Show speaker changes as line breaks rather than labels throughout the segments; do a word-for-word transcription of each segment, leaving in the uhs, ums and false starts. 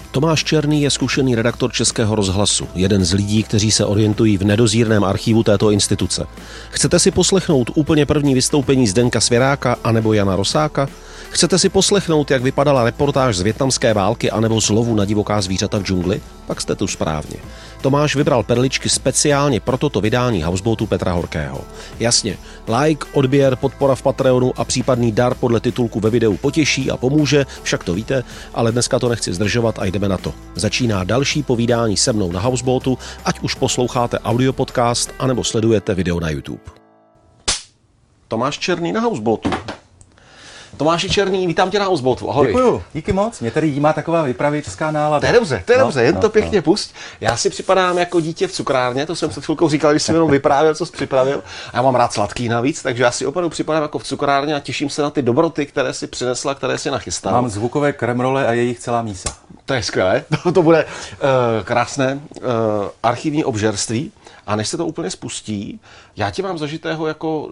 Tomáš Černý je zkušený redaktor Českého rozhlasu, jeden z lidí, kteří se orientují v nedozírném archivu této instituce. Chcete si poslechnout úplně první vystoupení Zdeňka Svěráka anebo Jana Rosáka? Chcete si poslechnout, jak vypadala reportáž z vietnamské války anebo z lovu na divoká zvířata v džungli? Pak jste tu správně. Tomáš vybral perličky speciálně pro toto vydání Houseboatu Petra Horkého. Jasně, like, odběr, podpora v Patreonu a případný dar podle titulku ve videu potěší a pomůže, však to víte, ale dneska to nechci zdržovat a jdeme na to. Začíná další povídání se mnou na Houseboatu, ať už posloucháte audio podcast anebo sledujete video na YouTube. Tomáš Černý na Houseboatu. Tomáši Černý, vítám tě na Houseboatu. Ahoj.
Děkuju, díky moc. Mě tady jímá taková vypravěčská nálada.
To je dobře, to je
no,
dobře, jen
no,
to pěkně
no.
Pusť. Já si připadám jako dítě v cukrárně, to jsem před chvilkou říkal, když jsem jenom vyprávěl, co jsi připravil. A já mám rád sladký navíc, takže já si opravdu připadám jako v cukrárně a těším se na ty dobroty, které si přinesla, které si nachystala.
Mám zvukové kremrole a jejich celá mísa.
To je skvělé, to, to bude uh, krásné uh, archivní obžerství. A než se to úplně spustí, já tě mám zažitého jako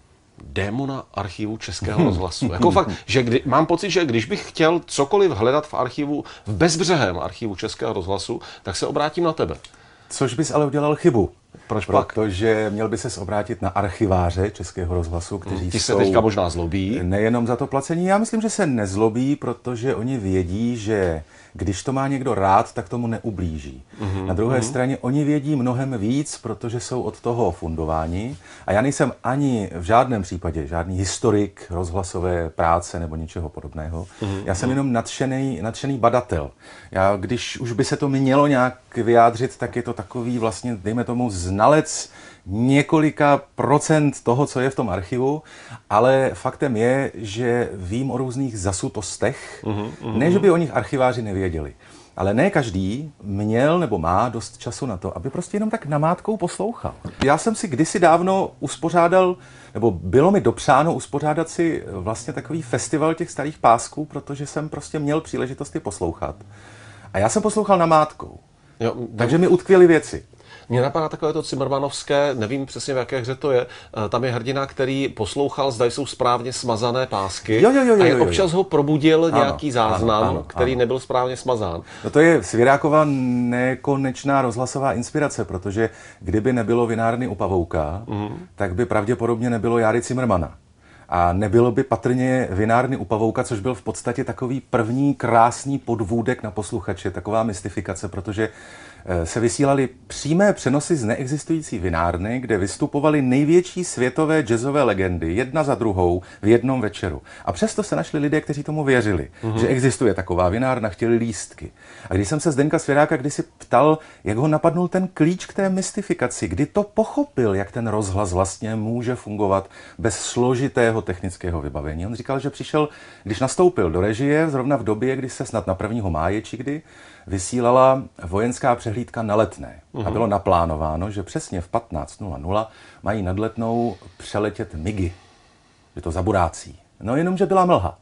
démona archivu Českého rozhlasu. Jako fakt, že kdy, mám pocit, že když bych chtěl cokoliv hledat v archivu, v bezbřehém archivu Českého rozhlasu, tak se obrátím na tebe.
Což bys ale udělal chybu.
Proč pak?
Protože měl by ses obrátit na archiváře Českého rozhlasu, kteří
Ti se
jsou
teďka možná zlobí.
Nejenom za to placení. Já myslím, že se nezlobí, protože oni vědí, že když to má někdo rád, tak tomu neublíží. Mm-hmm. Na druhé mm-hmm. straně oni vědí mnohem víc, protože jsou od toho fundováni. A já nejsem ani v žádném případě žádný historik rozhlasové práce nebo něčeho podobného. Mm-hmm. Já jsem jenom nadšený, nadšený badatel. Já, když už by se to mělo nějak vyjádřit, tak je to takový vlastně, dejme tomu, znalec několika procent toho, co je v tom archivu, ale faktem je, že vím o různých zasutostech, mm-hmm, mm-hmm. ne, že by o nich archiváři nevěděli. Ale ne každý měl nebo má dost času na to, aby prostě jenom tak namátkou poslouchal. Já jsem si kdysi dávno uspořádal, nebo bylo mi dopřáno uspořádat si vlastně takový festival těch starých pásků, protože jsem prostě měl příležitost je poslouchat. A já jsem poslouchal namátkou. Jo, takže mi utkvěly věci.
Mně napadá takové to cimrmanovské, nevím přesně v jaké hře to je, tam je hrdina, který poslouchal, zda jsou správně smazané pásky
jo, jo, jo, jo, jo, jo.
a občas ho probudil ano, nějaký záznam,
ano, ano,
který
ano.
nebyl správně smazán.
No to je Svěrákova nekonečná rozhlasová inspirace, protože kdyby nebylo vinárny u Pavouka, mm. tak by pravděpodobně nebylo Járy Cimrmana. A nebylo by patrně vinárny u Pavouka, což byl v podstatě takový první krásný podvůdek na posluchače, taková mystifikace, protože se vysílaly přímé přenosy z neexistující vinárny, kde vystupovaly největší světové jazzové legendy, jedna za druhou v jednom večeru. A přesto se našli lidé, kteří tomu věřili, mm-hmm. že existuje taková vinárna, chtěli lístky. A když jsem se Zdeňka Svěráka kdysi ptal, jak ho napadnul ten klíč k té mystifikaci, kdy to pochopil, jak ten rozhlas vlastně může fungovat bez složitého technického vybavení. On říkal, že přišel, když nastoupil do režie, zrovna v době, kdy se snad na prvního máje či kdy, vysílala vojenská přehlídka na Letné. Uhum. A bylo naplánováno, že přesně v patnáct nula nula mají nad Letnou přeletět migy. Že to zaburácí. No jenomže byla mlha.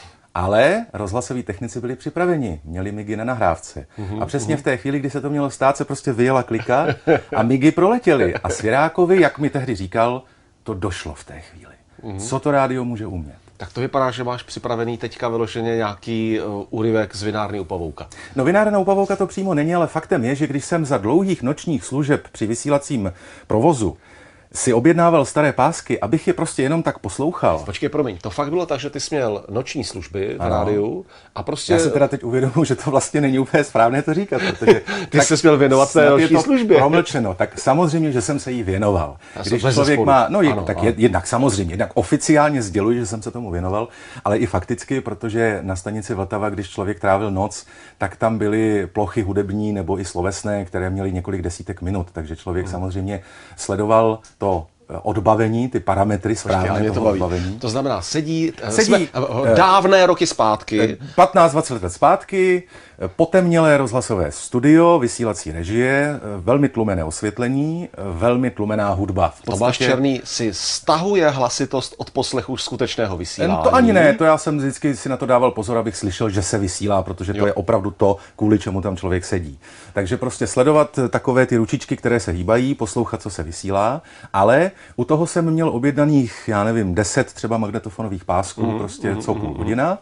Ale rozhlasoví technici byli připraveni, měli migy na nahrávce. Uhum, a přesně uhum. v té chvíli, kdy se to mělo stát, se prostě vyjela klika a migy proletěly. A Svěrákovi, jak mi tehdy říkal, to došlo v té chvíli. Uhum. Co to rádio může umět?
Tak to vypadá, že máš připravený teďka vyloženě nějaký uh, úryvek z vinárny u Pavouka.
No vinárna u Pavouka to přímo není, ale faktem je, že když jsem za dlouhých nočních služeb při vysílacím provozu si objednával staré pásky, abych je prostě jenom tak poslouchal.
Počkej, promiň, to fakt bylo tak, že ty jsi měl noční služby v ano. rádiu a prostě...
Já se teda teď uvědomuji, že to vlastně není úplně správné to říkat, protože...
Ty jsi měl věnovat té noční službě.
Promlčeno, tak samozřejmě, že jsem se jí věnoval. Když člověk má, no ano, tak ano. jednak samozřejmě, jednak oficiálně sděluji, že jsem se tomu věnoval, ale i fakticky, protože na stanici Vltava, když člověk trávil noc, tak tam byly plochy hudební nebo i slovesné, které měly několik desítek minut, takže člověk hmm. samozřejmě sledoval to odbavení, ty parametry správné toho odbavení.
To znamená, sedí, sedí jsme, dávné roky zpátky.
patnáct dvacet let zpátky, potemnělé rozhlasové studio, vysílací režie, velmi tlumené osvětlení, velmi tlumená hudba. V podstatě...
Tomáš Černý si stahuje hlasitost od poslechu skutečného vysílání.
To ani ne, to já jsem vždycky si na to dával pozor, abych slyšel, že se vysílá, protože to jo. je opravdu to, kvůli čemu tam člověk sedí. Takže prostě sledovat takové ty ručičky, které se hýbají, poslouchat, co se vysílá, ale u toho jsem měl objednaných, já nevím, deset třeba magnetofonových pásků, mm, prostě mm, co půl hodina.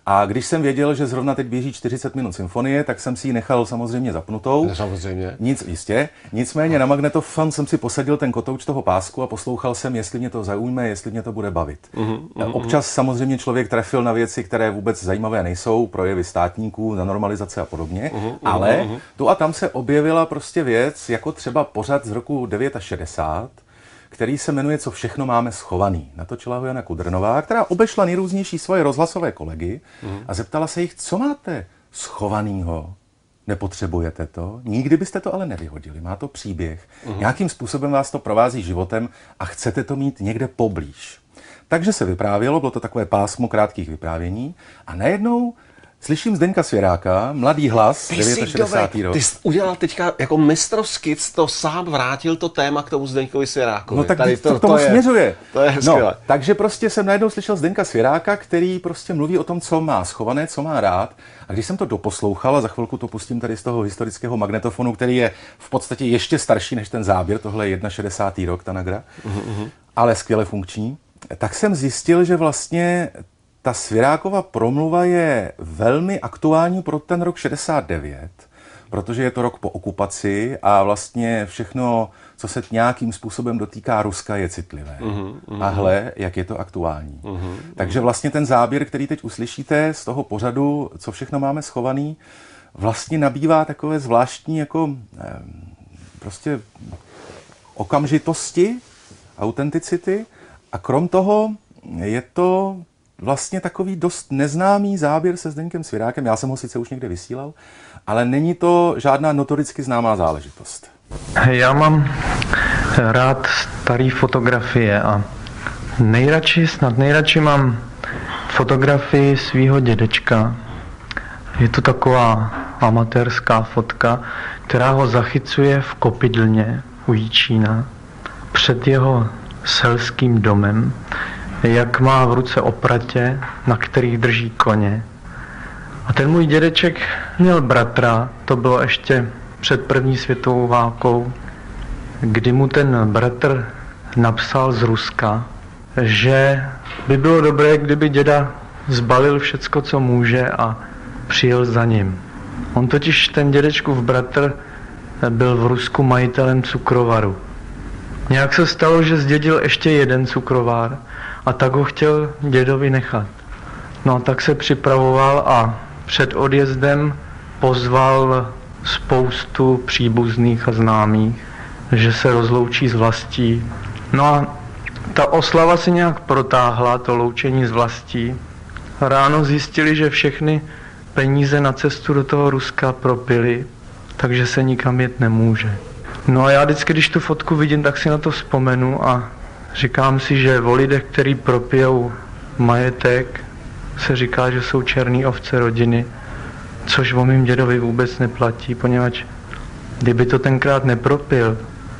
A když jsem věděl, že zrovna teď běží čtyřicet minut symfonie, tak jsem si ji nechal samozřejmě zapnutou.
Samozřejmě.
Nic, jistě. Nicméně na magnetofon jsem si posadil ten kotouč toho pásku a poslouchal jsem, jestli mě to zaujme, jestli mě to bude bavit. Uh-huh, uh-huh. Občas samozřejmě člověk trefil na věci, které vůbec zajímavé nejsou, projevy státníků, na normalizace a podobně, uh-huh, ale uh-huh. tu a tam se objevila prostě věc, jako třeba pořad z roku šedesát devět, který se jmenuje Co všechno máme schovaný. Natočila ho Jana Kudrnová, která obešla nejrůznější svoje rozhlasové kolegy mm. a zeptala se jich, co máte schovanýho? Nepotřebujete to? Nikdy byste to ale nevyhodili. Má to příběh. Mm. Nějakým způsobem vás to provází životem a chcete to mít někde poblíž. Takže se vyprávělo, bylo to takové pásmo krátkých vyprávění a najednou slyším Zdeňka Svěráka, mladý hlas, šedesátý rok.
Ty jsi udělal teďka jako mistrovsky, to sám vrátil to téma k tomu Zdeňkovi Svěrákovi.
No tak
Tady
to, to, tomu
to
směřuje.
Je, to je
no, takže prostě jsem najednou slyšel Zdeňka Svěráka, který prostě mluví o tom, co má schované, co má rád. A když jsem to doposlouchal, a za chvilku to pustím tady z toho historického magnetofonu, který je v podstatě ještě starší než ten záběr, tohle je šedesátý první rok, ta nagra, uh-huh. ale skvěle funkční, tak jsem zjistil, že vlastně ta Svěrákova promluva je velmi aktuální pro ten rok šedesát devět, protože je to rok po okupaci a vlastně všechno, co se nějakým způsobem dotýká Ruska, je citlivé. Uh-huh, uh-huh. A hle, jak je to aktuální. Uh-huh, Takže vlastně ten záběr, který teď uslyšíte z toho pořadu, Co všechno máme schovaný, vlastně nabývá takové zvláštní jako eh, prostě okamžitosti, autenticity a krom toho je to vlastně takový dost neznámý záběr se Zdeňkem Svěrákem. Já jsem ho sice už někde vysílal, ale není to žádná notoricky známá záležitost.
Já mám rád staré fotografie a nejradši, snad nejradši mám fotografii svýho dědečka. Je to taková amatérská fotka, která ho zachycuje v Kopidlně u Jičína před jeho selským domem, jak má v ruce opratě, na kterých drží koně. A ten můj dědeček měl bratra, to bylo ještě před první světovou válkou, kdy mu ten bratr napsal z Ruska, že by bylo dobré, kdyby děda zbalil všecko, co může a přijel za ním. On totiž, ten dědečkův bratr, byl v Rusku majitelem cukrovaru. Nějak se stalo, že zdědil ještě jeden cukrovar a tak ho chtěl dědovi nechat. No tak se připravoval a před odjezdem pozval spoustu příbuzných a známých, že se rozloučí s vlastí. No a ta oslava se nějak protáhla, to loučení s vlastí. Ráno zjistili, že všechny peníze na cestu do toho Ruska propily, takže se nikam jet nemůže. No a já vždycky, když tu fotku vidím, tak si na to vzpomenu a říkám si, že o lidech, který propijou majetek, se říká, že jsou černý ovce rodiny, což o mým dědovi vůbec neplatí, poněvadž kdyby to tenkrát nepropil,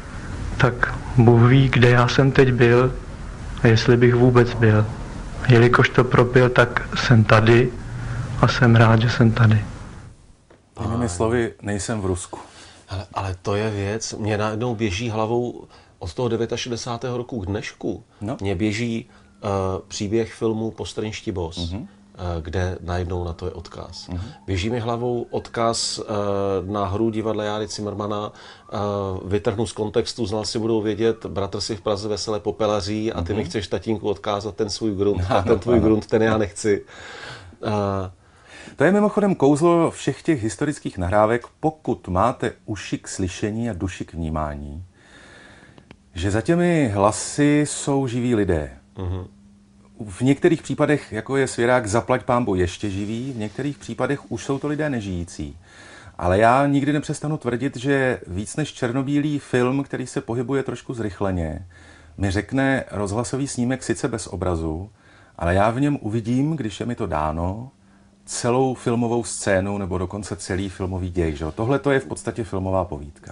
tak Bůh ví, kde já jsem teď byl a jestli bych vůbec byl. Jelikož to propil, tak jsem tady a jsem rád, že jsem tady.
Jinými slovy, nejsem v Rusku.
Ale, ale to je věc, mě najednou běží hlavou od toho šedesátého devátého roku k dnešku. No. Mně běží uh, příběh filmu Postrenští boss, uh-huh. uh, kde najednou na to je odkaz. Uh-huh. Běží mi hlavou odkaz uh, na hru divadla Járy Cimrmana, uh, vytrhnu z kontextu, znalci budou vědět, bratr si v Praze vesele popelaří a ty uh-huh. mi chceš, tatínku, odkázat ten svůj grunt a ten tvůj grunt, ten já nechci. Uh,
To je mimochodem kouzlo všech těch historických nahrávek, pokud máte uši k slyšení a duši k vnímání, že za těmi hlasy jsou živí lidé. Uh-huh. V některých případech, jako je Svěrák, zaplať pánbu, ještě živí, v některých případech už jsou to lidé nežijící. Ale já nikdy nepřestanu tvrdit, že víc než černobílý film, který se pohybuje trošku zrychleně, mi řekne rozhlasový snímek sice bez obrazu, ale já v něm uvidím, když je mi to dáno, celou filmovou scénu nebo dokonce celý filmový děj. Že? Tohle to je v podstatě filmová povídka.
Jo,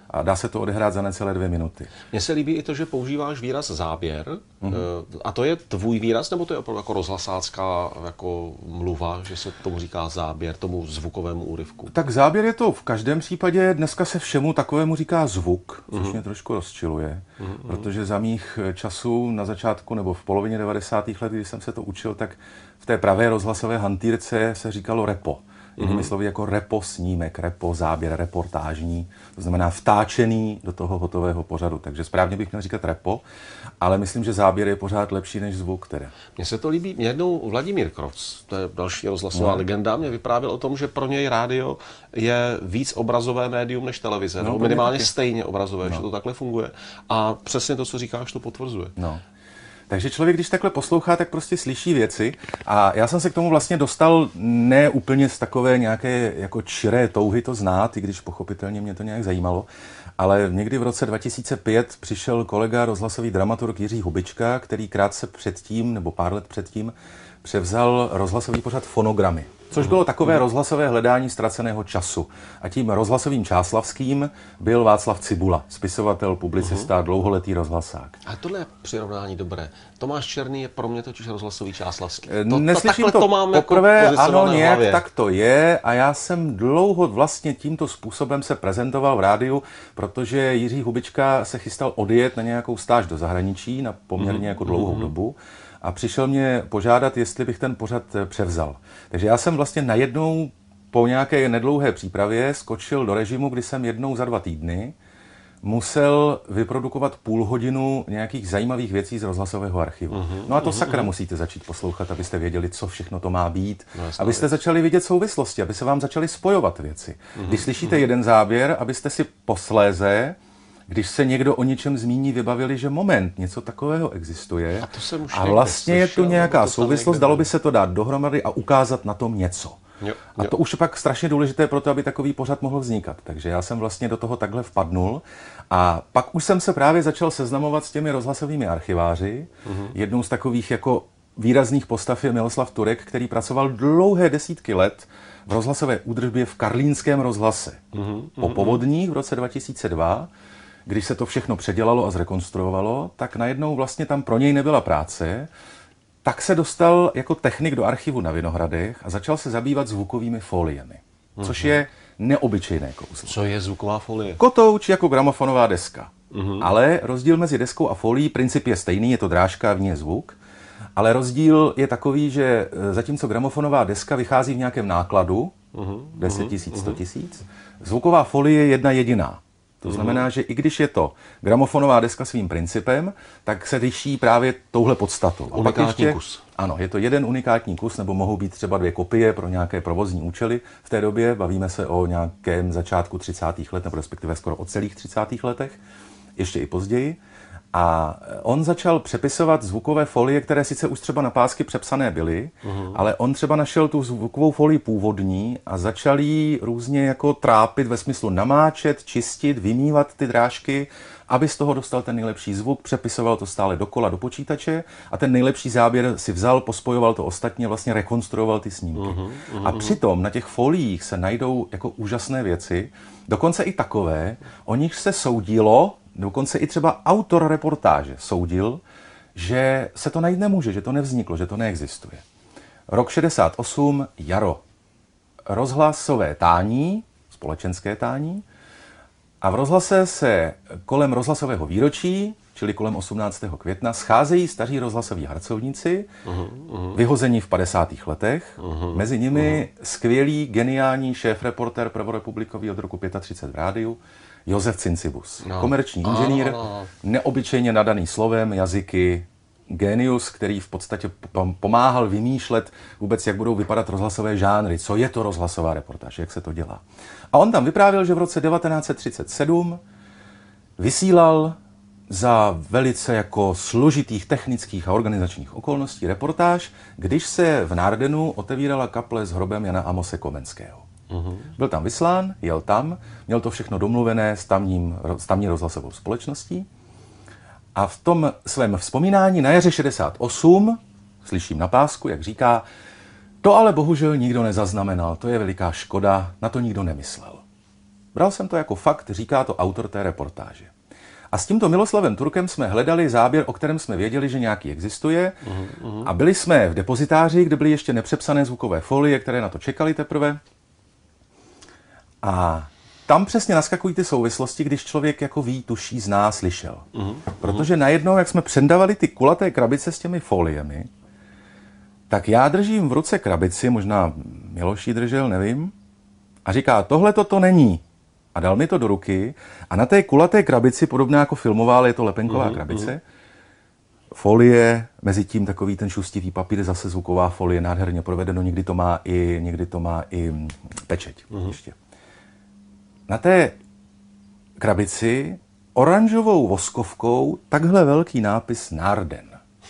a dá se to odehrát za necelé dvě minuty.
Mně se líbí i to, že používáš výraz záběr. Mm-hmm. A to je tvůj výraz, nebo to je opravdu jako rozhlasácká jako mluva, že se tomu říká záběr, tomu zvukovému úryvku?
Tak záběr je to v každém případě. Dneska se všemu takovému říká zvuk, což mm-hmm. mě trošku rozčiluje, mm-hmm. protože za mých časů na začátku nebo v polovině devadesátých let, když jsem se to učil, tak v té pravé rozhlasové hantýrce se říkalo repo. Jinými mm-hmm. slovy jako repo snímek, repo záběr, reportážní, to znamená vtáčený do toho hotového pořadu. Takže správně bych měl říkat repo, ale myslím, že záběr je pořád lepší než zvuk. Teda.
Mně se to líbí. Mě jednou Vladimír Kroc, to je další rozhlasová no. legenda, mě vyprávěl o tom, že pro něj rádio je víc obrazové médium než televize, no, nebo minimálně taky. Stejně obrazové, no. že to takhle funguje. A přesně to, co říkáš, to potvrzuje.
No. Takže člověk, když takhle poslouchá, tak prostě slyší věci. A já jsem se k tomu vlastně dostal ne úplně z takové nějaké jako čiré touhy to znát, i když pochopitelně mě to nějak zajímalo. Ale někdy v roce dva tisíce pět přišel kolega, rozhlasový dramaturg Jiří Hubička, který krátce předtím, nebo pár let předtím, převzal rozhlasový pořad Fonogramy. Což bylo takové rozhlasové hledání ztraceného času. A tím rozhlasovým čáslavským byl Václav Cibula, spisovatel, publicista, uh-huh. dlouholetý rozhlasák.
A tohle je přirovnání dobré. Tomáš Černý je pro mě totiž rozhlasový čáslavský.
To, Neslyším to, to, to mám poprvé, jako ano, nějak tak to je. A já jsem dlouho vlastně tímto způsobem se prezentoval v rádiu, protože Jiří Hubička se chystal odjet na nějakou stáž do zahraničí na poměrně uh-huh. jako dlouhou uh-huh. dobu. A přišel mě požádat, jestli bych ten pořad převzal. Takže já jsem vlastně najednou po nějaké nedlouhé přípravě skočil do režimu, kdy jsem jednou za dva týdny musel vyprodukovat půl hodinu nějakých zajímavých věcí z rozhlasového archivu. Uhum, no a to uhum, sakra uhum. musíte začít poslouchat, abyste věděli, co všechno to má být. No, abyste věc. začali vidět souvislosti, aby se vám začaly spojovat věci. Uhum, Když slyšíte uhum. jeden záběr, abyste si posléze, když se někdo o něčem zmíní, vybavili, že moment, něco takového existuje.
A, to jsem už
a vlastně je tu nějaká souvislost, dalo by se to dát dohromady a ukázat na tom něco. Jo, jo. A to už je pak strašně důležité pro to, aby takový pořad mohl vznikat. Takže já jsem vlastně do toho takhle vpadnul a pak už jsem se právě začal seznamovat s těmi rozhlasovými archiváři. Uhum. Jednou z takových jako výrazných postav je Miloslav Turek, který pracoval dlouhé desítky let v rozhlasové údržbě v Karlínském rozhlase. Uhum. Po povodních v roce dva tisíce dva, když se to všechno předělalo a zrekonstruovalo, tak najednou vlastně tam pro něj nebyla práce, tak se dostal jako technik do archivu na Vinohradech a začal se zabývat zvukovými foliemi, uh-huh. což je neobyčejné kouzlo.
Co je zvuková folie?
Kotouč jako gramofonová deska. Uh-huh. Ale rozdíl mezi deskou a folií, princip je stejný, je to drážka, v ní je zvuk, ale rozdíl je takový, že zatímco gramofonová deska vychází v nějakém nákladu, uh-huh. deset tisíc, sto tisíc, zvuková folie je jedna jediná. To znamená, že i když je to gramofonová deska svým principem, tak se liší právě touhle podstatou.
A unikátní ještě, kus.
Ano, je to jeden unikátní kus, nebo mohou být třeba dvě kopie pro nějaké provozní účely v té době. Bavíme se o nějakém začátku třicátých let, nebo respektive skoro o celých třicátých letech, ještě i později. A on začal přepisovat zvukové folie, které sice už třeba na pásky přepsané byly, uhum. ale on třeba našel tu zvukovou folii původní a začal ji různě jako trápit ve smyslu namáčet, čistit, vymývat ty drážky, aby z toho dostal ten nejlepší zvuk, přepisoval to stále dokola do počítače a ten nejlepší záběr si vzal, pospojoval to ostatně, vlastně rekonstruoval ty snímky. Uhum, uhum. A přitom na těch foliích se najdou jako úžasné věci, dokonce i takové, o nich se soudilo, dokonce i třeba autor reportáže soudil, že se to najít nemůže, že to nevzniklo, že to neexistuje. Rok šedesát osm, jaro. Rozhlasové tání, společenské tání, a v rozhlase se kolem rozhlasového výročí, čili kolem osmnáctého května, scházejí staří rozhlasoví harcovníci, uh-huh, uh-huh. vyhození v padesátých letech, uh-huh, mezi nimi uh-huh. skvělý, geniální šéfreportér prvorepublikový od roku třicet pět v rádiu, Josef Cincibus, no. komerční inženýr, no, no, no. neobyčejně nadaný slovem, jazyky, génius, který v podstatě pomáhal vymýšlet vůbec, jak budou vypadat rozhlasové žánry, co je to rozhlasová reportáž, jak se to dělá. A on tam vyprávěl, že v roce devatenáct set třicet sedm vysílal za velice jako složitých technických a organizačních okolností reportáž, když se v Nardenu otevírala kaple s hrobem Jana Amose Komenského. Uhum. Byl tam vyslán, jel tam, měl to všechno domluvené s, tamním, s tamní rozhlasovou společností a v tom svém vzpomínání na jaře šedesát osm, slyším na pásku, jak říká, to ale bohužel nikdo nezaznamenal, to je veliká škoda, na to nikdo nemyslel. Bral jsem to jako fakt, říká to autor té reportáže. A s tímto Miloslavem Turkem jsme hledali záběr, o kterém jsme věděli, že nějaký existuje. Uhum. A byli jsme v depozitáři, kde byly ještě nepřepsané zvukové folie, které na to čekali teprve. A tam přesně naskakují ty souvislosti, když člověk jako ví, tuší, zná, slyšel. Uhum. Protože najednou, jak jsme předávali ty kulaté krabice s těmi foliemi, tak já držím v ruce krabici, možná Miloš ji držel, nevím, a říká, tohle to není. A dal mi to do ruky a na té kulaté krabici, podobně jako filmová, ale je to lepenková mm, krabice, mm. folie, mezi tím takový ten šustivý papír, zase zvuková folie, nádherně provedeno, někdy to má i, někdy to má i pečeť. Mm. Ještě. Na té krabici oranžovou voskovkou takhle velký nápis Naarden.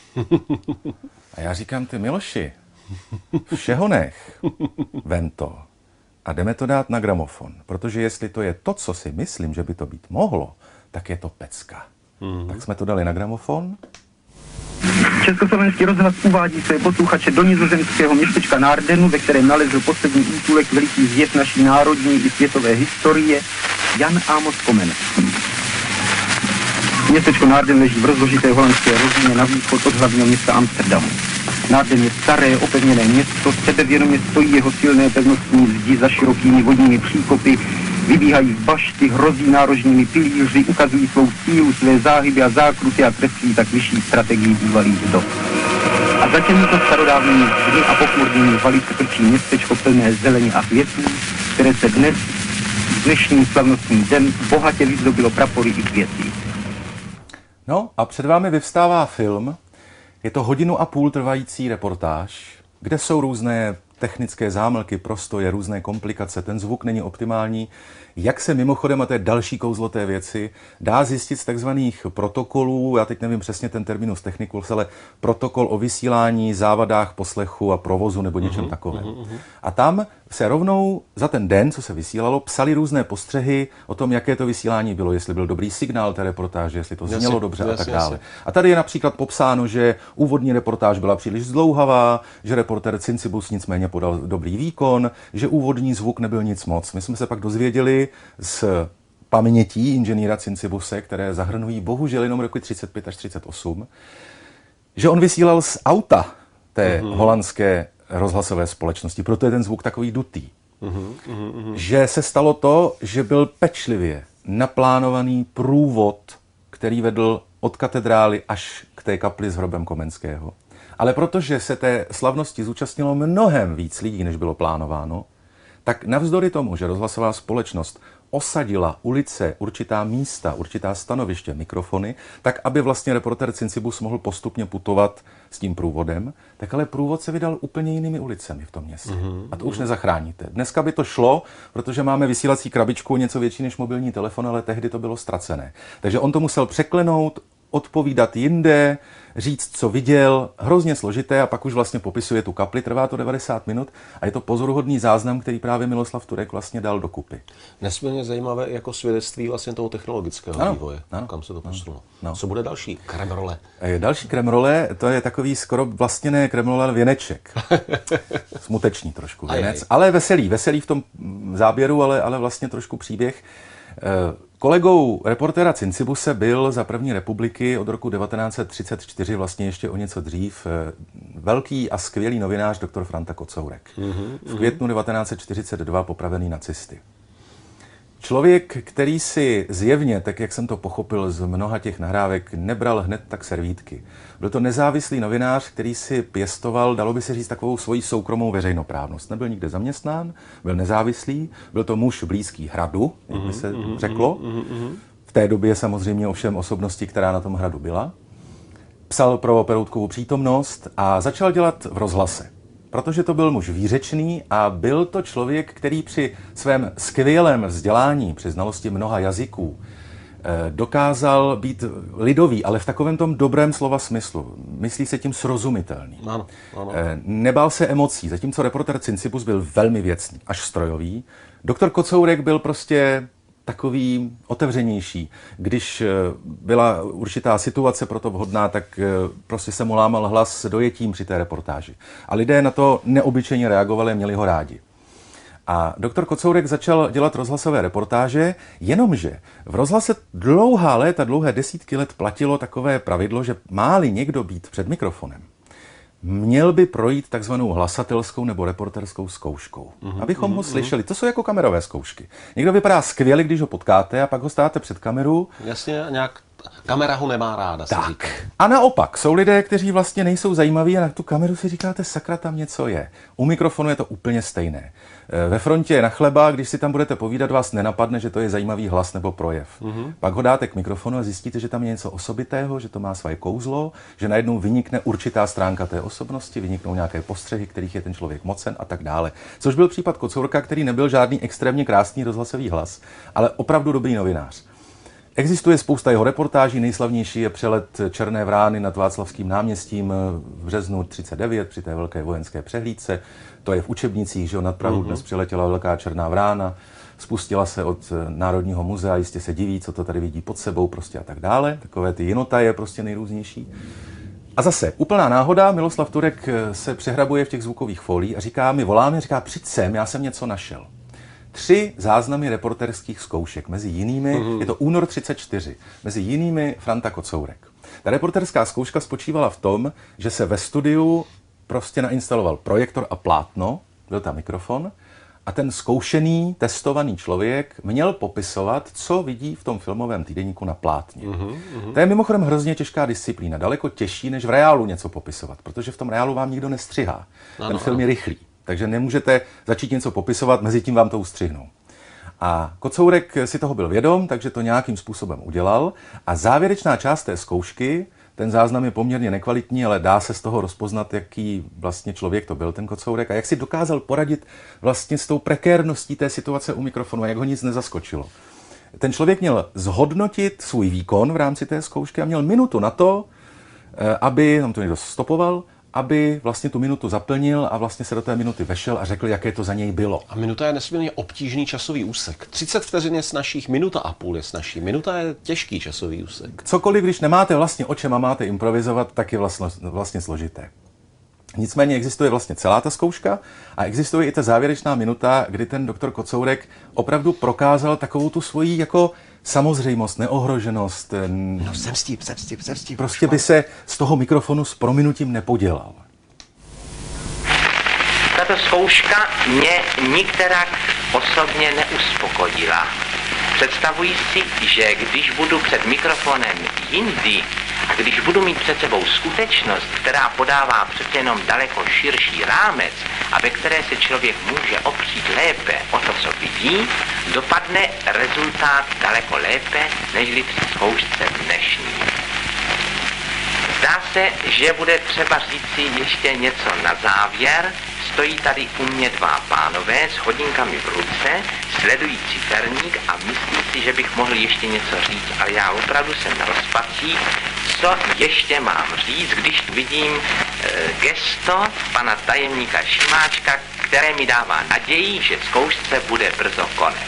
A já říkám, ty Miloši, všeho nech, vem to. A jdeme to dát na gramofon, protože jestli to je to, co si myslím, že by to být mohlo, tak je to pecka. Mm-hmm. Tak jsme to dali na gramofon.
Československý rozhlas uvádí své posluchače do nizozemského městečka Naardenu, ve kterém nalezl poslední útulek veliký zvěd naší národní i světové historie Jan Amos Komen. Městečko Naarden leží v rozložité holandské rovině na východ od hlavního města Amsterdamu. Naarden je staré, opevněné město, sebevědomě stojí jeho silné pevnostní zdi za širokými vodními příkopy, vybíhají z bašty, hrozí nárožními pilíři, ukazují svou sílu, své záhyby a zákruty a kreslí tak vyšší strategii bývalých dob. A za těmito starodávnými zdmi a pochmurnými valy se krčí městečko plné zeleně a květů, které se dnes, dnešním slavnostním den, bohatě vyzdobilo prapory i květy.
No a před vámi vyvstává film. Je to hodinu a půl trvající reportáž, kde jsou různé technické zámlky, prostoje, různé komplikace, ten zvuk není optimální. Jak se mimochodem, a to je další kouzlo té věci, dá zjistit z takzvaných protokolů, já teď nevím přesně ten terminus technicus, ale protokol o vysílání, závadách, poslechu a provozu nebo něčem uh-huh, takovém. Uh-huh. A tam se rovnou za ten den, co se vysílalo, psali různé postřehy o tom, jaké to vysílání bylo, jestli byl dobrý signál té reportáže, jestli to znělo jasně, dobře jasně, a tak dále. Jasně. A tady je například popsáno, že úvodní reportáž byla příliš zdlouhavá, že reportér Cincibus nicméně podal dobrý výkon, že úvodní zvuk nebyl nic moc. My jsme se pak dozvěděli z pamětí inženýra Cincibuse, které zahrnují bohužel jenom roky třicet pět až třicet osm, že on vysílal z auta té uh-huh. holandské rozhlasové společnosti, proto je ten zvuk takový dutý. Uh-huh, uh-huh. Že se stalo to, že byl pečlivě naplánovaný průvod, který vedl od katedrály až k té kapli s hrobem Komenského. Ale protože se té slavnosti zúčastnilo mnohem víc lidí, než bylo plánováno, tak navzdory tomu, že rozhlasová společnost osadila ulice, určitá místa, určitá stanoviště, mikrofony, tak aby vlastně reportér Cincibus mohl postupně putovat s tím průvodem, tak ale průvod se vydal úplně jinými ulicemi v tom městě. Mm-hmm. A to už nezachráníte. Dneska by to šlo, protože máme vysílací krabičku něco větší než mobilní telefon, ale tehdy to bylo ztracené. Takže on to musel překlenout, odpovídat jinde, říct, co viděl, hrozně složité a pak už vlastně popisuje tu kapli, trvá to devadesát minut a je to pozoruhodný záznam, který právě Miloslav Turek vlastně dal dokupy.
Nesmírně zajímavé jako svědectví vlastně toho technologického ano, vývoje, ano, kam se to posunulo. No. Co bude další? Kremrole.
Další kremrole, to je takový skoro vlastně ne kremrole, ale věneček. Smutečný trošku věnec, ale veselý, veselý v tom záběru, ale, ale vlastně trošku příběh. Kolegou reportéra Cincibuse byl za první republiky od roku devatenáct set třicet čtyři, vlastně ještě o něco dřív, velký a skvělý novinář doktor Franta Kocourek. Mm-hmm. V květnu devatenáct set čtyřicet dva popravený nacisty. Člověk, který si zjevně, tak jak jsem to pochopil z mnoha těch nahrávek, nebral hned tak servítky. Byl to nezávislý novinář, který si pěstoval, dalo by se říct, takovou svoji soukromou veřejnoprávnost. Nebyl nikde zaměstnán, byl nezávislý, byl to muž blízký hradu, jak by se řeklo. V té době samozřejmě ovšem osobnosti, která na tom hradu byla. Psal pro Peroutkovu přítomnost a začal dělat v rozhlase. Protože to byl muž výřečný a byl to člověk, který při svém skvělém vzdělání, při znalosti mnoha jazyků, dokázal být lidový, ale v takovém tom dobrém slova smyslu. Myslí se tím srozumitelný. Ano, ano. Nebál se emocí, zatímco reportér Cincibus byl velmi věcný, až strojový. Doktor Kocourek byl prostě takový otevřenější. Když byla určitá situace pro to vhodná, tak prostě se mu lámal hlas dojetím při té reportáži. A lidé na to neobyčejně reagovali a měli ho rádi. A doktor Kocourek začal dělat rozhlasové reportáže, jenomže v rozhlase dlouhá léta, dlouhé desítky let platilo takové pravidlo, že má-li někdo být před mikrofonem, měl by projít takzvanou hlasatelskou nebo reporterskou zkouškou, mm-hmm, abychom mm-hmm. ho slyšeli. To jsou jako kamerové zkoušky. Někdo vypadá skvěle, když ho potkáte a pak ho státe před kameru.
Jasně, nějak kamera ho nemá ráda, se říká.
A naopak, jsou lidé, kteří vlastně nejsou zajímaví a na tu kameru si říkáte, sakra, tam něco je. U mikrofonu je to úplně stejné. Ve frontě na chleba, když si tam budete povídat, vás nenapadne, že to je zajímavý hlas nebo projev. Mm-hmm. Pak ho dáte k mikrofonu a zjistíte, že tam je něco osobitého, že to má své kouzlo, že najednou vynikne určitá stránka té osobnosti, vyniknou nějaké postřehy, kterých je ten člověk mocen a tak dále. Což byl případ Kocourka, který nebyl žádný extrémně krásný rozhlasový hlas, ale opravdu dobrý novinář. Existuje spousta jeho reportáží, nejslavnější je přelet Černé vrány nad Václavským náměstím v březnu třicet devět při té velké vojenské přehlídce. To je v učebnicích, že nad Prahu dnes přiletěla velká černá vrána, spustila se od Národního muzea, jistě se diví, co to tady vidí pod sebou prostě a tak dále. Takové ty jinotaje prostě nejrůznější. A zase, úplná náhoda, Miloslav Turek se přehrabuje v těch zvukových folích a říká, mi voláme, říká, přijď sem, já jsem něco našel. Tři záznamy reporterských zkoušek, mezi jinými, mm-hmm. je to únor třicet čtyři, mezi jinými Franta Kocourek. Ta reporterská zkouška spočívala v tom, že se ve studiu prostě nainstaloval projektor a plátno, byl tam mikrofon, a ten zkoušený, testovaný člověk měl popisovat, co vidí v tom filmovém týdeníku na plátně. Mm-hmm. To je mimochodem hrozně těžká disciplína, daleko těžší, než v reálu něco popisovat, protože v tom reálu vám nikdo nestřihá. Ten ano, film je rychlý. Takže nemůžete začít něco popisovat, mezi tím vám to ustřihnou. A Kocourek si toho byl vědom, takže to nějakým způsobem udělal. A závěrečná část té zkoušky, ten záznam je poměrně nekvalitní, ale dá se z toho rozpoznat, jaký vlastně člověk to byl, ten Kocourek, a jak si dokázal poradit vlastně s tou prekérností té situace u mikrofonu, a jak ho nic nezaskočilo. Ten člověk měl zhodnotit svůj výkon v rámci té zkoušky a měl minutu na to, aby, tam to někdo stopoval, aby vlastně tu minutu zaplnil a vlastně se do té minuty vešel a řekl, jaké to za něj bylo.
A minuta je nesmírně obtížný časový úsek. třicet vteřin je snažších, minuta a půl je snažší. Minuta je těžký časový úsek.
Cokoliv, když nemáte vlastně očem a máte improvizovat, tak je vlastně, vlastně složité. Nicméně existuje vlastně celá ta zkouška a existuje i ta závěrečná minuta, kdy ten doktor Kocourek opravdu prokázal takovou tu svoji jako samozřejmost, neohroženost.
No jsem s tím, jsem s tím, jsem s tím.
Prostě by se z toho mikrofonu s prominutím nepodělal.
Tato zkouška mě nikterak osobně neuspokojila. Představuji si, že když budu před mikrofonem jindy a když budu mít před sebou skutečnost, která podává přece jenom daleko širší rámec a ve které se člověk může opřít lépe o to, co vidí, dopadne rezultát daleko lépe, nežli při zkoušce dnešní. Zdá se, že bude třeba říci ještě něco na závěr. Stojí tady u mě dva pánové s hodinkami v ruce, sledují ciferník a myslí si, že bych mohl ještě něco říct, ale já opravdu jsem na rozpacích, co ještě mám říct, když tu vidím e, gesto pana tajemníka Šimáčka, které mi dává naději, že zkoušce bude brzo konec.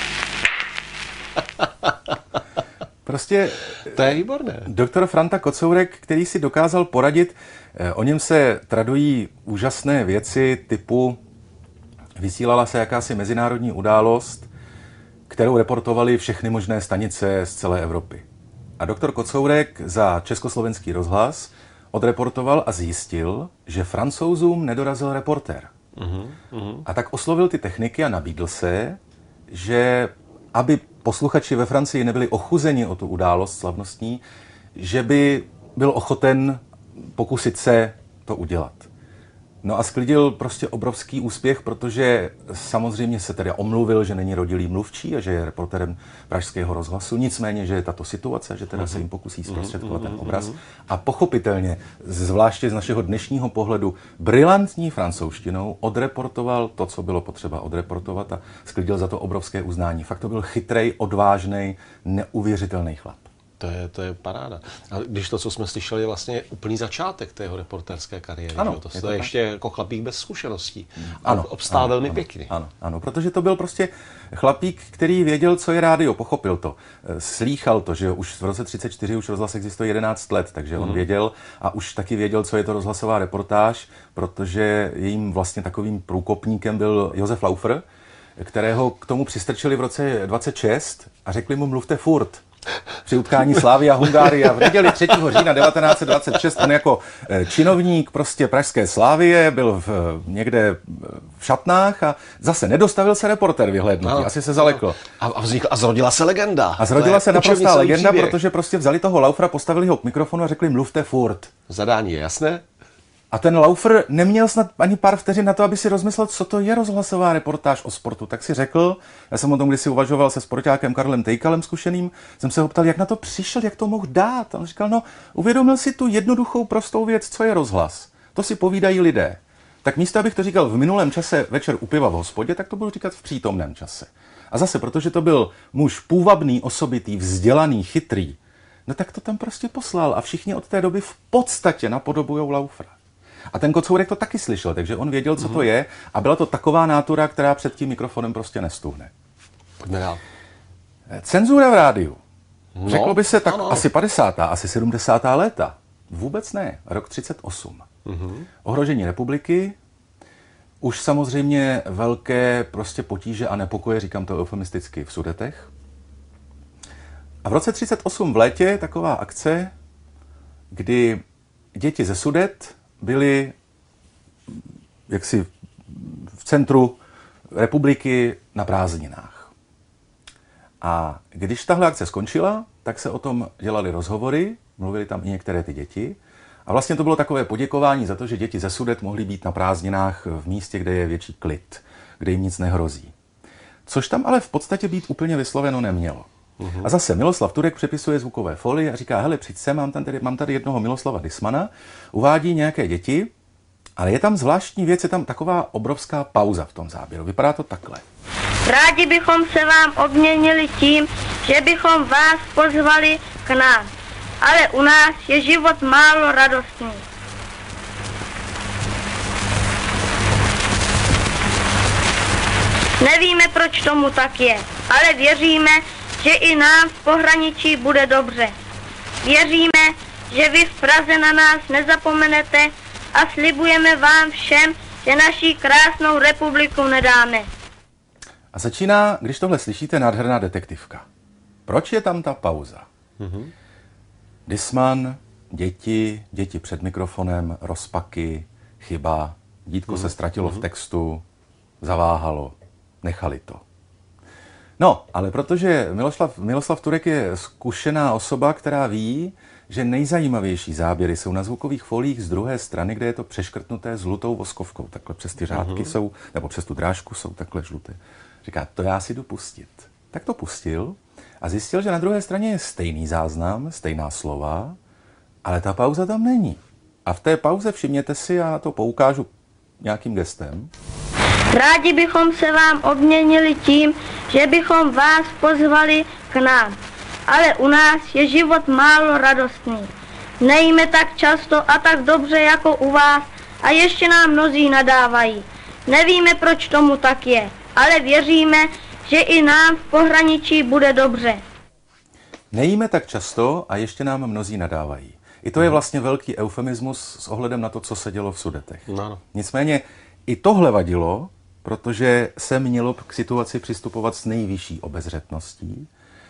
Prostě
to je výborné.
Doktor Franta Kocourek, který si dokázal poradit, o něm se tradují úžasné věci typu vysílala se jakási mezinárodní událost, kterou reportovali všechny možné stanice z celé Evropy. A doktor Kocourek za Československý rozhlas odreportoval a zjistil, že Francouzům nedorazil reportér. Uh-huh, uh-huh. A tak oslovil ty techniky a nabídl se, že aby posluchači ve Francii nebyli ochuzeni o tu událost slavnostní, že by byl ochoten pokusit se to udělat. No a sklidil prostě obrovský úspěch, protože samozřejmě se tedy omluvil, že není rodilý mluvčí a že je reportérem Pražského rozhlasu, nicméně, že je tato situace, že teda se jim pokusí zprostředkovat ten obraz. A pochopitelně, zvláště z našeho dnešního pohledu, brilantní francouzštinou odreportoval to, co bylo potřeba odreportovat a sklidil za to obrovské uznání. Fakt to byl chytrej, odvážnej, neuvěřitelný chlap.
To je, to je paráda. A když to, co jsme slyšeli, je vlastně úplný začátek té jeho reportérské kariéry.
Ano,
to,
je
to je ještě jako chlapík bez zkušeností.
Ano,
obstál
ano,
velmi
ano,
pěkně.
Ano, ano, protože to byl prostě chlapík, který věděl, co je rádio, pochopil to. Slýchal to, že už v roce třicet čtyři už rozhlas existuje jedenáct let, takže on mm. věděl a už taky věděl, co je to rozhlasová reportáž, protože jejím vlastně takovým průkopníkem byl Josef Laufer, kterého k tomu přistrčili v roce dvacet šest a řekli mu mluvte furt. Při utkání Slávy a Hungária v neděli třetího října devatenáct set dvacet šest on jako činovník prostě pražské Slávie byl v, někde v šatnách a zase nedostavil se reportér vyhlédnutí, no, asi se zalekl.
A, a, vznikla, a zrodila se legenda.
A zrodila se naprostá legenda, příběh. Protože prostě vzali toho Laufera, postavili ho k mikrofonu a řekli mluvte furt.
Zadání je jasné.
A ten Laufer neměl snad ani pár vteřin na to, aby si rozmyslel, co to je rozhlasová reportáž o sportu. Tak si řekl, já jsem o tom kdysi uvažoval se sportákem Karlem Tejkalem zkušeným, jsem se ho ptal, jak na to přišel, jak to mohl dát. A on říkal, no, uvědomil si tu jednoduchou, prostou věc, co je rozhlas. To si povídají lidé. Tak místo, abych to říkal v minulém čase večer u piva v hospodě, tak to budu říkat v přítomném čase. A zase, protože to byl muž půvabný, osobitý, vzdělaný, chytrý, no tak to tam prostě poslal a všichni od té doby v podstatě napodobujou Laufera. A ten Kocourek to taky slyšel, takže on věděl, co to je a byla to taková nátura, která před tím mikrofonem prostě nestuhne.
Pojďme dál.
Cenzura v rádiu. No, řeklo by se tak
ano.
asi padesátá, asi sedmdesátá léta. Vůbec ne. Rok třicet osm. Mm-hmm. Ohrožení republiky. Už samozřejmě velké prostě potíže a nepokoje, říkám to eufemisticky, v Sudetech. A v roce třicet osm v létě taková akce, kdy děti ze Sudet byli jaksi v centru republiky na prázdninách. A když tahle akce skončila, tak se o tom dělali rozhovory, mluvili tam i některé ty děti. A vlastně to bylo takové poděkování za to, že děti ze Sudet mohly být na prázdninách v místě, kde je větší klid, kde jim nic nehrozí. Což tam ale v podstatě být úplně vysloveno nemělo. Uhum. A zase Miloslav Turek přepisuje zvukové folie a říká, hele, přijď sem, mám tady, mám tady jednoho Miloslava Dismana, uvádí nějaké děti, ale je tam zvláštní věc, je tam taková obrovská pauza v tom záběru. Vypadá to takhle.
Rádi bychom se vám odměnili tím, že bychom vás pozvali k nám, ale u nás je život málo radostný. Nevíme, proč tomu tak je, ale věříme, že i nám v pohraničí bude dobře. Věříme, že vy v Praze na nás nezapomenete a slibujeme vám všem, že naší krásnou republiku nedáme.
A začíná, když tohle slyšíte, nádherná detektivka. Proč je tam ta pauza? Mm-hmm. Disman, děti, děti před mikrofonem, rozpaky, chyba, dítko mm-hmm. se ztratilo mm-hmm. v textu, zaváhalo, nechali to. No, ale protože Miloslav, Miloslav Turek je zkušená osoba, která ví, že nejzajímavější záběry jsou na zvukových folích z druhé strany, kde je to přeškrtnuté žlutou voskovkou. Takhle přes ty řádky uh-huh. jsou, nebo přes tu drážku jsou takhle žluté. Říká, to já si jdu pustit. Tak to pustil a zjistil, že na druhé straně je stejný záznam, stejná slova, ale ta pauza tam není. A v té pauze všimněte si, já na to poukážu nějakým gestem.
Rádi bychom se vám odměnili tím, že bychom vás pozvali k nám, ale u nás je život málo radostný. Nejíme tak často a tak dobře jako u vás a ještě nám mnozí nadávají. Nevíme, proč tomu tak je, ale věříme, že i nám v pohraničí bude dobře.
Nejíme tak často a ještě nám mnozí nadávají. I to je vlastně velký eufemismus s ohledem na to, co se dělo v Sudetech. No. Nicméně i tohle vadilo, protože se mělo k situaci přistupovat s nejvyšší obezřetností.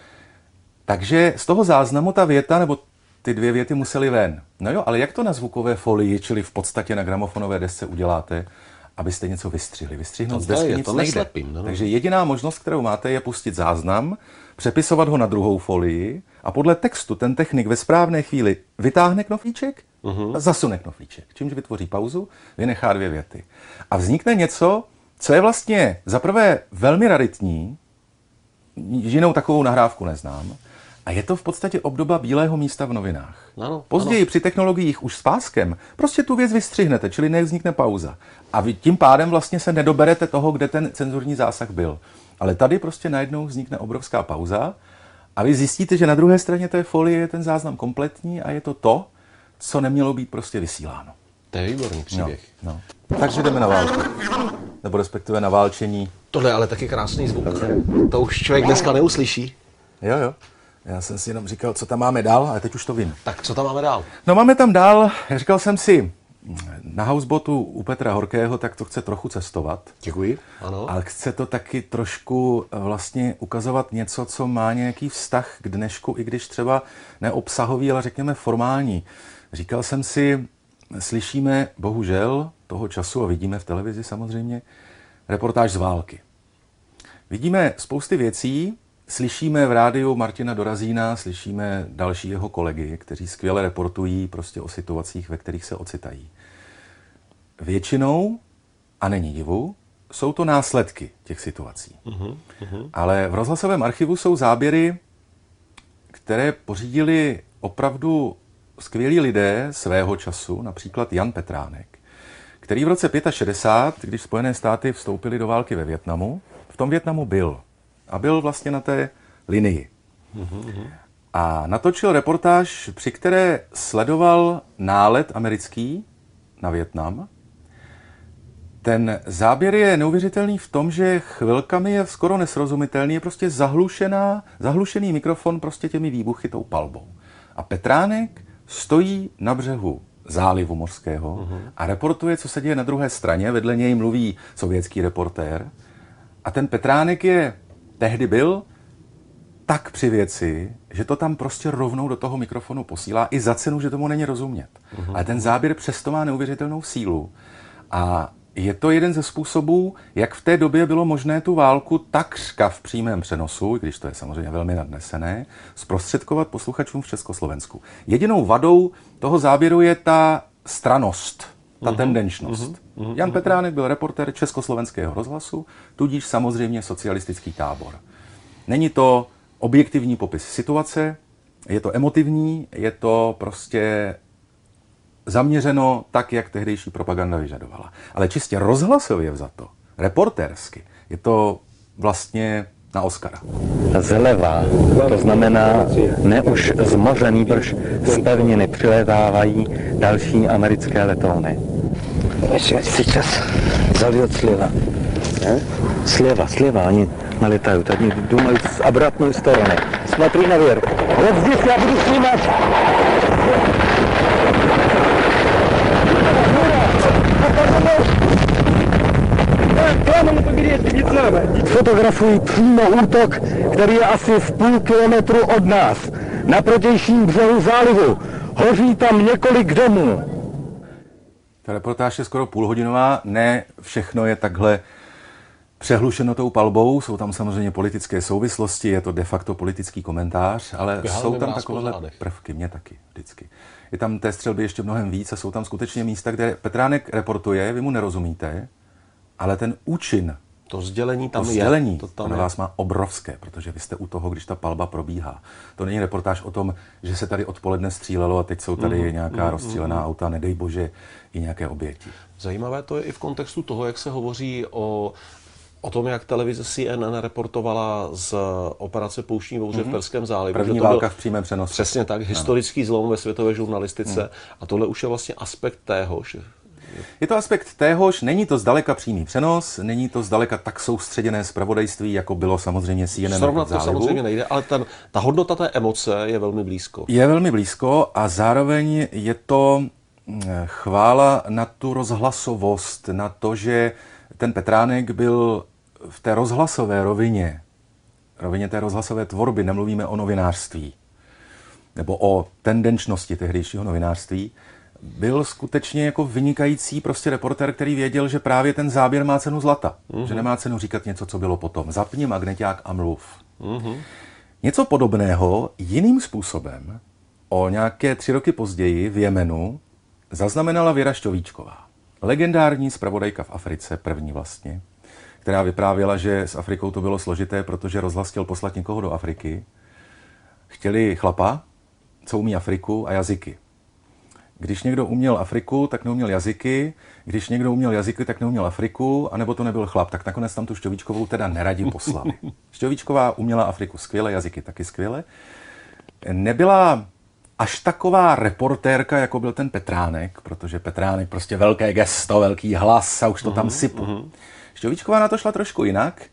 Takže z toho záznamu ta věta, nebo ty dvě věty musely ven. No jo, ale jak to na zvukové folii, čili v podstatě na gramofonové desce uděláte, abyste něco vystřihli? Vystřihnout z desky nic nejde. Neslepím, no. Takže jediná možnost, kterou máte, je pustit záznam, přepisovat ho na druhou folii a podle textu ten technik ve správné chvíli vytáhne knoflíček uh-huh. a zasune knoflíček, čímž vytvoří pauzu, vynechá dvě věty. A vznikne něco, co je vlastně zaprvé velmi raritní, jinou takovou nahrávku neznám, a je to v podstatě obdoba bílého místa v novinách. Ano, Později ano. při technologiích už s páskem prostě tu věc vystřihnete, čili nevznikne pauza. A vy tím pádem vlastně se nedoberete toho, kde ten cenzurní zásah byl. Ale tady prostě najednou vznikne obrovská pauza a vy zjistíte, že na druhé straně té folie je ten záznam kompletní a je to to, co nemělo být prostě vysíláno.
To je výborný příběh.
No, no. Takže jdeme na válku. Nebo respektive na válčení.
Tohle je ale taky krásný zvuk. To už člověk dneska neuslyší.
Jo, jo. Já jsem si jenom říkal, co tam máme dál, ale teď už to vím.
Tak co tam máme dál?
No máme tam dál, říkal jsem si, na houseboatu u Petra Horkého, tak to chce trochu cestovat.
Děkuji. Ano.
Ale chce to taky trošku vlastně ukazovat něco, co má nějaký vztah k dnešku, i když třeba neobsahový, ale řekněme formální. Říkal jsem si, slyšíme bohužel toho času, a vidíme v televizi samozřejmě, reportáž z války. Vidíme spousty věcí, slyšíme v rádiu Martina Dorazína, slyšíme další jeho kolegy, kteří skvěle reportují prostě o situacích, ve kterých se ocitají. Většinou, a není divu, jsou to následky těch situací. Uh-huh, uh-huh. Ale v rozhlasovém archivu jsou záběry, které pořídili opravdu skvělí lidé svého času, například Jan Petránek, který v roce šedesát pět, když Spojené státy vstoupily do války ve Vietnamu, v tom Vietnamu byl. A byl vlastně na té linii. Uh-huh. A natočil reportáž, při které sledoval nálet americký na Vietnam. Ten záběr je neuvěřitelný v tom, že chvilkami je skoro nesrozumitelný, je prostě zahlušená, zahlušený mikrofon prostě těmi výbuchy, tou palbou. A Petránek stojí na břehu zálivu mořského uh-huh. a reportuje, co se děje na druhé straně. Vedle něj mluví sovětský reportér. A ten Petránek je, tehdy byl, tak při věci, že to tam prostě rovnou do toho mikrofonu posílá i za cenu, že tomu není rozumět. Uh-huh. Ale ten záběr přesto má neuvěřitelnou sílu. A je to jeden ze způsobů, jak v té době bylo možné tu válku takřka v přímém přenosu, i když to je samozřejmě velmi nadnesené, zprostředkovat posluchačům v Československu. Jedinou vadou toho záběru je ta stranost, ta uh-huh. tendenčnost. Uh-huh. Jan Petránek byl reportér Československého rozhlasu, tudíž samozřejmě socialistický tábor. Není to objektivní popis situace, je to emotivní, je to prostě zaměřeno tak, jak tehdejší propaganda vyžadovala. Ale čistě rozhlasově vzato, reportérsky, je to vlastně na Oscara.
Zleva, to znamená, ne už z moře, nýbrž z pevniny přiletávají další americké letouny. Сейчас зальет слева. Слева, слева, они налетают. Они думают с обратной стороны. Смотри наверх. Вот здесь я буду снимать. Fotografují přímo útok, který je asi v půl kilometru od nás. Na protějším břehu zálivu. Hoří tam několik domů.
Ta reportáž je skoro půlhodinová, ne všechno je takhle přehlušeno tou palbou, jsou tam samozřejmě politické souvislosti, je to de facto politický komentář, ale Běhal jsou tam takovéhle prvky, mě taky vždycky. Je tam té střelby ještě mnohem víc a jsou tam skutečně místa, kde Petránek reportuje, vy mu nerozumíte, ale ten účin,
to sdělení tam
to
je.
Sdělení,
to tam
na
je.
vás má obrovské, protože vy jste u toho, když ta palba probíhá. To není reportáž o tom, že se tady odpoledne střílelo a teď jsou tady mm, nějaká mm, rozstřílená mm. auta, nedej bože, i nějaké oběti.
Zajímavé to je i v kontextu toho, jak se hovoří o, o tom, jak televize C N N reportovala z operace Pouštní bouře mm-hmm. v Perském zálivu.
První válka v přímém přenosu.
Přesně tak, historický ano. zlom ve světové žurnalistice. Mm. A tohle už je vlastně aspekt téhož.
Je to aspekt téhož, není to zdaleka přímý přenos, není to zdaleka tak soustředěné zpravodajství, jako bylo samozřejmě C N N.
Srovnat to samozřejmě nejde, ale ten, ta hodnota té emoce je velmi blízko.
Je velmi blízko a zároveň je to chvála na tu rozhlasovost, na to, že ten Petránek byl v té rozhlasové rovině, rovině té rozhlasové tvorby, nemluvíme o novinářství, nebo o tendenčnosti tehdejšího novinářství, byl skutečně jako vynikající prostě reportér, který věděl, že právě ten záběr má cenu zlata. Uh-huh. Že nemá cenu říkat něco, co bylo potom. Zapni magneťák a mluv. Uh-huh. Něco podobného jiným způsobem o nějaké tři roky později v Jemenu zaznamenala Věra Šťovíčková. Legendární zpravodajka v Africe, první vlastně, která vyprávěla, že s Afrikou to bylo složité, protože rozhlas chtěl poslat někoho do Afriky. Chtěli chlapa, co umí Afriku a jazyky. Když někdo uměl Afriku, tak neuměl jazyky, když někdo uměl jazyky, tak neuměl Afriku, anebo to nebyl chlap, tak nakonec tam tu Šťovíčkovou teda neradi poslali. Šťovíčková uměla Afriku skvěle, jazyky taky skvěle. Nebyla až taková reportérka, jako byl ten Petránek, protože Petránek prostě velké gesto, velký hlas a už to tam sypu. Uh-huh. Šťovíčková na to šla trošku jinak.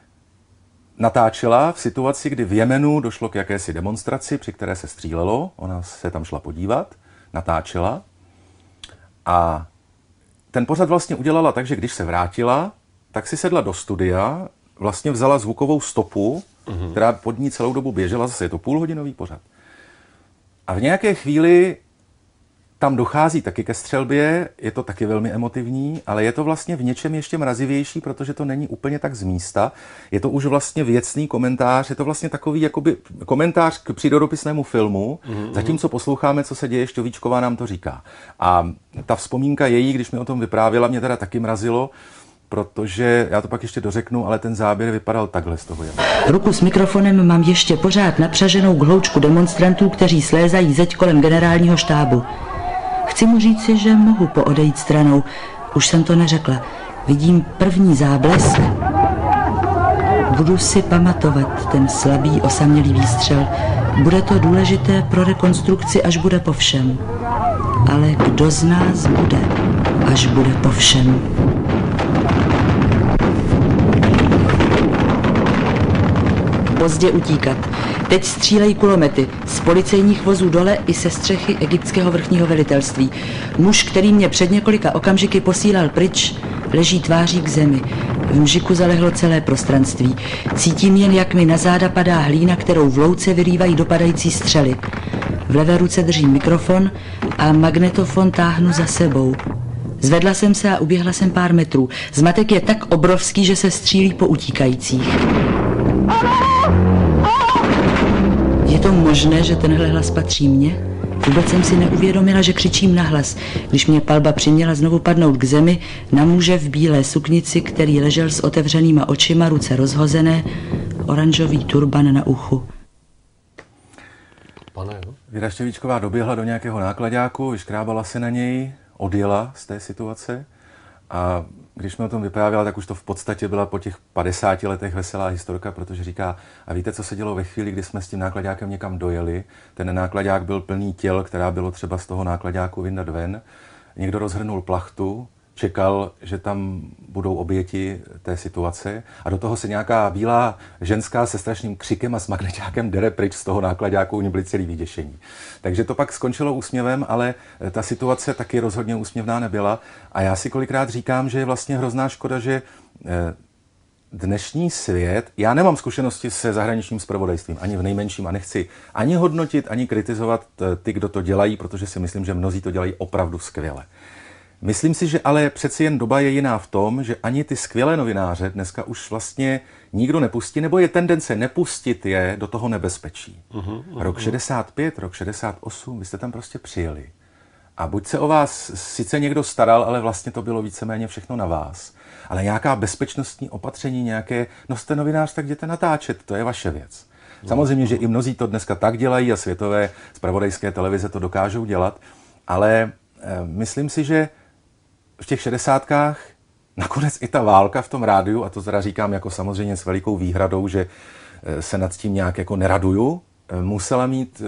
Natáčela v situaci, kdy v Jemenu došlo k jakési demonstraci, při které se střílelo. Ona se tam šla podívat, natáčela a ten pořad vlastně udělala tak, že když se vrátila, tak si sedla do studia, vlastně vzala zvukovou stopu, mm-hmm. která pod ní celou dobu běžela, zase je to půlhodinový pořad. A v nějaké chvíli tam dochází taky ke střelbě, je to taky velmi emotivní, ale je to vlastně v něčem ještě mrazivější, protože to není úplně tak z místa. Je to už vlastně věcný komentář, je to vlastně takový jakoby komentář k přírodopisnému filmu, mm-hmm. zatímco posloucháme, co se děje, Šťovíčková nám to říká. A ta vzpomínka její, když mi o tom vyprávěla, mě teda taky mrazilo, protože, já to pak ještě dořeknu, ale ten záběr vypadal takhle z toho.
Ruku s mikrofonem mám ještě pořád napřaženou k hloučku demonstrantů, kteří slézají zeď kolem generálního štábu. Chci mu říci, že mohu poodejít stranou. Už jsem to neřekla. Vidím první záblesk. Budu si pamatovat ten slabý osamělý výstřel. Bude to důležité pro rekonstrukci, až bude po všem. Ale kdo z nás bude, až bude po všem? Pozdě utíkat. Teď střílejí kulomety z policejních vozů dole i se střechy egyptského vrchního velitelství. Muž, který mě před několika okamžiky posílal pryč, leží tváří k zemi. V mžiku zalehlo celé prostranství. Cítím jen, jak mi na záda padá hlína, kterou v louce vyrývají dopadající střely. V levé ruce držím mikrofon a magnetofon táhnu za sebou. Zvedla jsem se a uběhla jsem pár metrů. Zmatek je tak obrovský, že se střílí po utíkajících. Je to možné, že tenhle hlas patří mně? Vůbec jsem si neuvědomila, že křičím nahlas, když mě palba přiměla znovu padnout k zemi na muže v bílé suknici, který ležel s otevřenýma očima, ruce rozhozené, oranžový turban na uchu.
Pane, jo? Věra Štěvíčková doběhla do nějakého nákladáku, vyškrábala se na něj, odjela z té situace a když mi o tom vyprávěla, tak už to v podstatě byla po těch padesáti letech veselá historka, protože říká, a víte, co se dělo ve chvíli, kdy jsme s tím nákladákem někam dojeli? Ten nákladák byl plný těl, která bylo třeba z toho nákladáku vyndat ven. Někdo rozhrnul plachtu, čekal, že tam budou oběti té situace a do toho se nějaká bílá ženská se strašným křikem a s magneťákem dere pryč z toho nákladáku, oni byli celý vyděšení. Takže to pak skončilo úsměvem, ale ta situace taky rozhodně úsměvná nebyla a já si kolikrát říkám, že je vlastně hrozná škoda, že dnešní svět, já nemám zkušenosti se zahraničním zpravodajstvím, ani v nejmenším a nechci ani hodnotit, ani kritizovat ty, kdo to dělají, protože si myslím, že mnozí to dělají opravdu skvěle. Myslím si, že ale přeci jen doba je jiná v tom, že ani ty skvělé novináře dneska už vlastně nikdo nepustí, nebo je tendence nepustit je do toho nebezpečí. Uhum, uhum. Rok šedesát pět, rok šedesát osm, vy jste tam prostě přijeli. A buď se o vás sice někdo staral, ale vlastně to bylo víceméně všechno na vás. Ale nějaká bezpečnostní opatření, nějaké, no jste novinář, tak jděte natáčet, to je vaše věc. Samozřejmě, že i mnozí to dneska tak dělají a světové zpravodajské televize to dokážou dělat, ale e, myslím si, že v těch šedesátkách nakonec i ta válka v tom rádiu, a to teda říkám jako samozřejmě s velikou výhradou, že se nad tím nějak jako neraduju, musela mít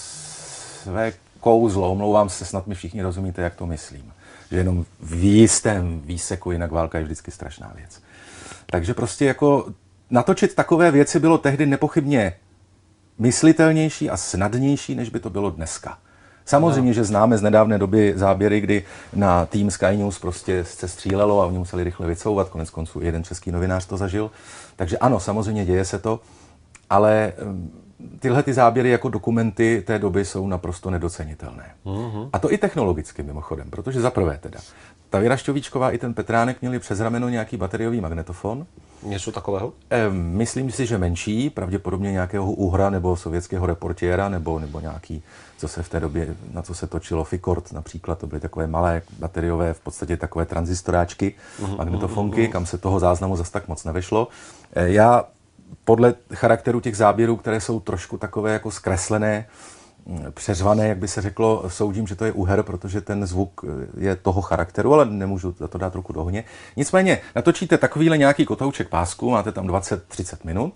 své kouzlo, omlouvám se, snad mi všichni rozumíte, jak to myslím. Že jenom v jistém výseku, jinak válka je vždycky strašná věc. Takže prostě jako natočit takové věci bylo tehdy nepochybně myslitelnější a snadnější, než by to bylo dneska. Samozřejmě, no. že známe z nedávné doby záběry, kdy na tým Sky News prostě se střílelo a oni museli rychle vycouvat, konec konců jeden český novinář to zažil. Takže ano, samozřejmě děje se to, ale tyhle ty záběry jako dokumenty té doby jsou naprosto nedocenitelné. Uh-huh. A to i technologicky mimochodem, protože za prvé teda, ta Věra Šťovíčková i ten Petránek měli přes rameno nějaký bateriový magnetofon.
Něco takového?
E, myslím si, že menší, pravděpodobně nějakého Uhra nebo sovětského reportiera, nebo, nebo nějaký, co se v té době, na co se točilo Ficort například, to byly takové malé bateriové, v podstatě takové tranzistoráčky, uh-huh, magnetofonky, uh-huh. kam se toho záznamu zas tak moc nevešlo. E, já podle charakteru těch záběrů, které jsou trošku takové jako zkreslené, přeřvané, jak by se řeklo, soudím, že to je úher, protože ten zvuk je toho charakteru, ale nemůžu za to dát ruku do ohně. Nicméně, natočíte takovýhle nějaký kotouček pásku, máte tam dvacet třicet minut.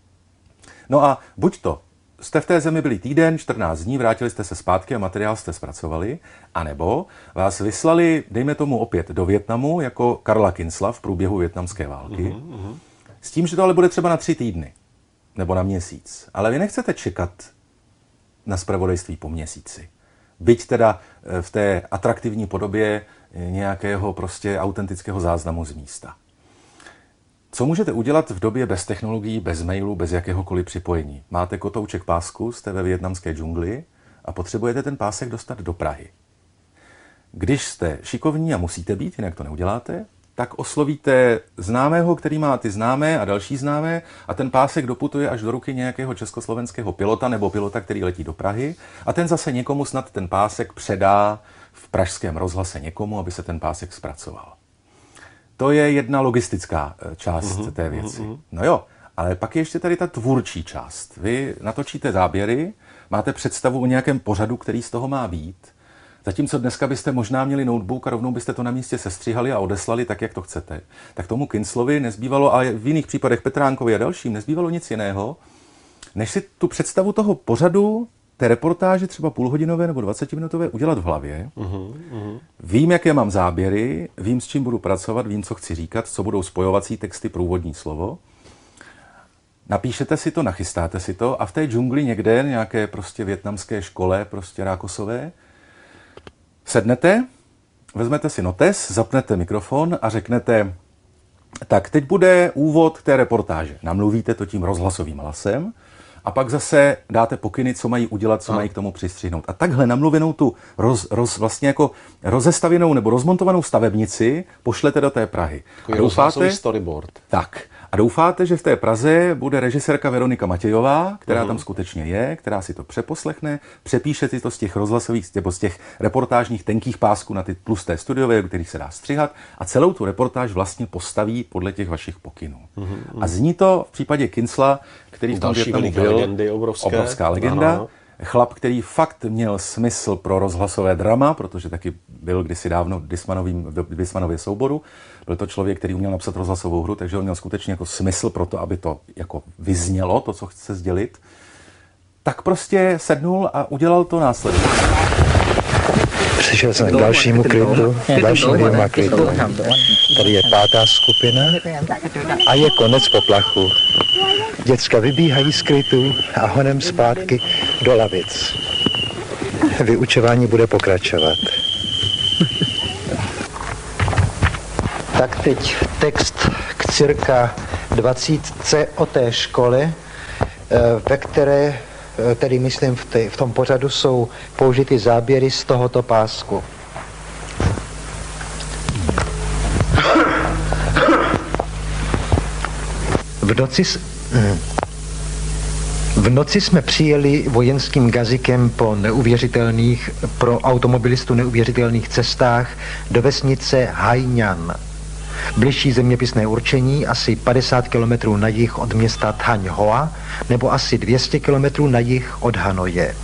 No a buď to jste v té zemi byli týden, čtrnáct dní, vrátili jste se zpátky a materiál jste zpracovali, anebo vás vyslali, dejme tomu opět, do Vietnamu jako Karla Kinsla v průběhu vietnamské války, uh-huh, uh-huh. s tím, že to ale bude třeba na tři týdny nebo na měsíc. Ale vy nechcete čekat na zpravodajství po měsíci. Byť teda v té atraktivní podobě nějakého prostě autentického záznamu z místa. Co můžete udělat v době bez technologií, bez mailu, bez jakéhokoliv připojení? Máte kotouček pásku, jste ve vietnamské džungli a potřebujete ten pásek dostat do Prahy. Když jste šikovní a musíte být, jinak to neuděláte, tak oslovíte známého, který má ty známé a další známé a ten pásek doputuje až do ruky nějakého československého pilota nebo pilota, který letí do Prahy a ten zase někomu snad ten pásek předá v pražském rozhlase někomu, aby se ten pásek zpracoval. To je jedna logistická část uhum, té věci. Uhum. No jo, ale pak je ještě tady ta tvůrčí část. Vy natočíte záběry, máte představu o nějakém pořadu, který z toho má být. Zatímco dneska byste možná měli notebook a rovnou byste to na místě sestřihali a odeslali tak, jak to chcete. Tak tomu Kinclovi nezbývalo, a v jiných případech Petránkovi a dalším, nezbývalo nic jiného, než si tu představu toho pořadu, té reportáže třeba půlhodinové nebo dvacetiminutové udělat v hlavě. Uhum, uhum. Vím, jaké mám záběry, vím, s čím budu pracovat, vím, co chci říkat, co budou spojovací texty, průvodní slovo. Napíšete si to, nachystáte si to a v té džungli někde, nějaké prostě vietnamské škole, prostě rákosové, sednete, vezmete si notes, zapnete mikrofon a řeknete, tak teď bude úvod té reportáže. Namluvíte to tím rozhlasovým hlasem a pak zase dáte pokyny, co mají udělat, co a. mají k tomu přistřihnout. A takhle namluvenou tu roz, roz, vlastně jako rozestavěnou nebo rozmontovanou stavebnici pošlete do té Prahy.
Takový rozhlasový storyboard.
Tak. A doufáte, že v té Praze bude režisérka Veronika Matějová, která uh-huh. tam skutečně je, která si to přeposlechne, přepíše si to z těch rozhlasových, nebo z těch reportážních tenkých pásků na ty tlusté studiové, do kterých se dá střihat a celou tu reportáž vlastně postaví podle těch vašich pokynů. Uh-huh. A zní to v případě Kincla, který v tom Vietnamu byl,
legendy, obrovské.
obrovská legenda, ano. Chlap, který fakt měl smysl pro rozhlasové drama, protože taky byl kdysi dávno v Dismanově souboru. Byl to člověk, který uměl napsat rozhlasovou hru, takže on měl skutečně jako smysl pro to, aby to jako vyznělo, to, co chce sdělit. Tak prostě sednul a udělal to následně.
Přišel jsem k dalšímu krytu, dalším dvěma krytu. Tady je pátá skupina a je konec poplachu. Děcka vybíhají z krytu a honem zpátky do lavic. Vyučování bude pokračovat. Tak teď text k cirka dvacítce o té škole, ve které, tedy myslím v, té, v tom pořadu, jsou použity záběry z tohoto pásku. V noci, v noci jsme přijeli vojenským gazikem po neuvěřitelných, pro automobilistu neuvěřitelných cestách do vesnice Hainan. Bližší zeměpisné určení asi padesát kilometrů na jih od města Thanh Hoa nebo asi dvě stě kilometrů na jih od Hanoje.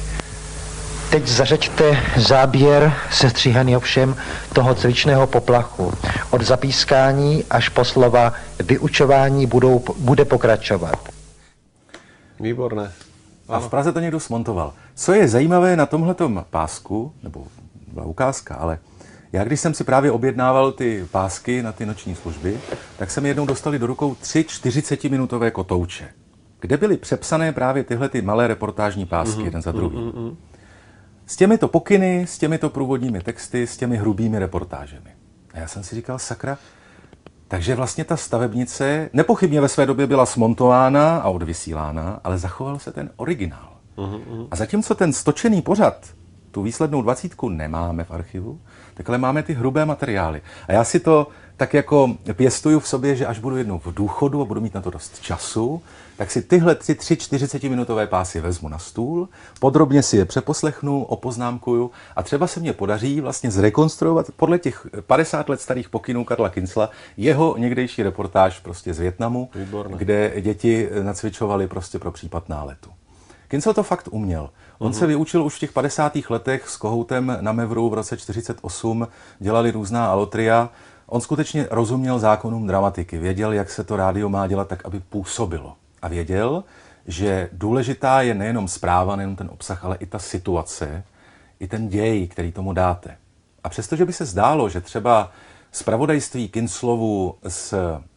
Teď zařeďte záběr, sestříhaný ovšem, toho cvičného poplachu. Od zapískání až po slova vyučování budou, bude pokračovat.
Výborné.
A v Praze to někdo smontoval. Co je zajímavé na tomhletom pásku, nebo byla ukázka, ale já když jsem si právě objednával ty pásky na ty noční služby, tak se mi jednou dostali do rukou tři čtyřicetiminutové kotouče, kde byly přepsané právě tyhle ty malé reportážní pásky, mm-hmm. jeden za druhým. Mm-hmm. S těmito pokyny, s těmito průvodními texty, s těmi hrubými reportážemi. A já jsem si říkal, sakra, takže vlastně ta stavebnice nepochybně ve své době byla smontována a odvysílána, ale zachoval se ten originál. Mm-hmm. A zatímco ten stočený pořad, tu výslednou dvacítku nemáme v archivu, tak ale máme ty hrubé materiály. A já si to tak jako pěstuju v sobě, že až budu jednou v důchodu a budu mít na to dost času, tak si tyhle tři, tři čtyřicetiminutové pásy vezmu na stůl, podrobně si je přeposlechnu, opoznámkuju a třeba se mně podaří vlastně zrekonstruovat podle těch padesát let starých pokynů Karla Kincla jeho někdejší reportáž prostě z Vietnamu, Výborné. Kde děti nacvičovaly prostě pro případ náletu. Kincl to fakt uměl. On uh-huh. se vyučil už v těch padesátých letech s Kohoutem na Mevru v roce čtyřicet osm, dělali různá alotria. On skutečně rozuměl zákonům dramatiky, věděl, jak se to rádio má dělat tak, aby působilo. A věděl, že důležitá je nejenom zpráva, nejenom ten obsah, ale i ta situace, i ten děj, který tomu dáte. A přestože by se zdálo, že třeba zpravodajství Kinclovu z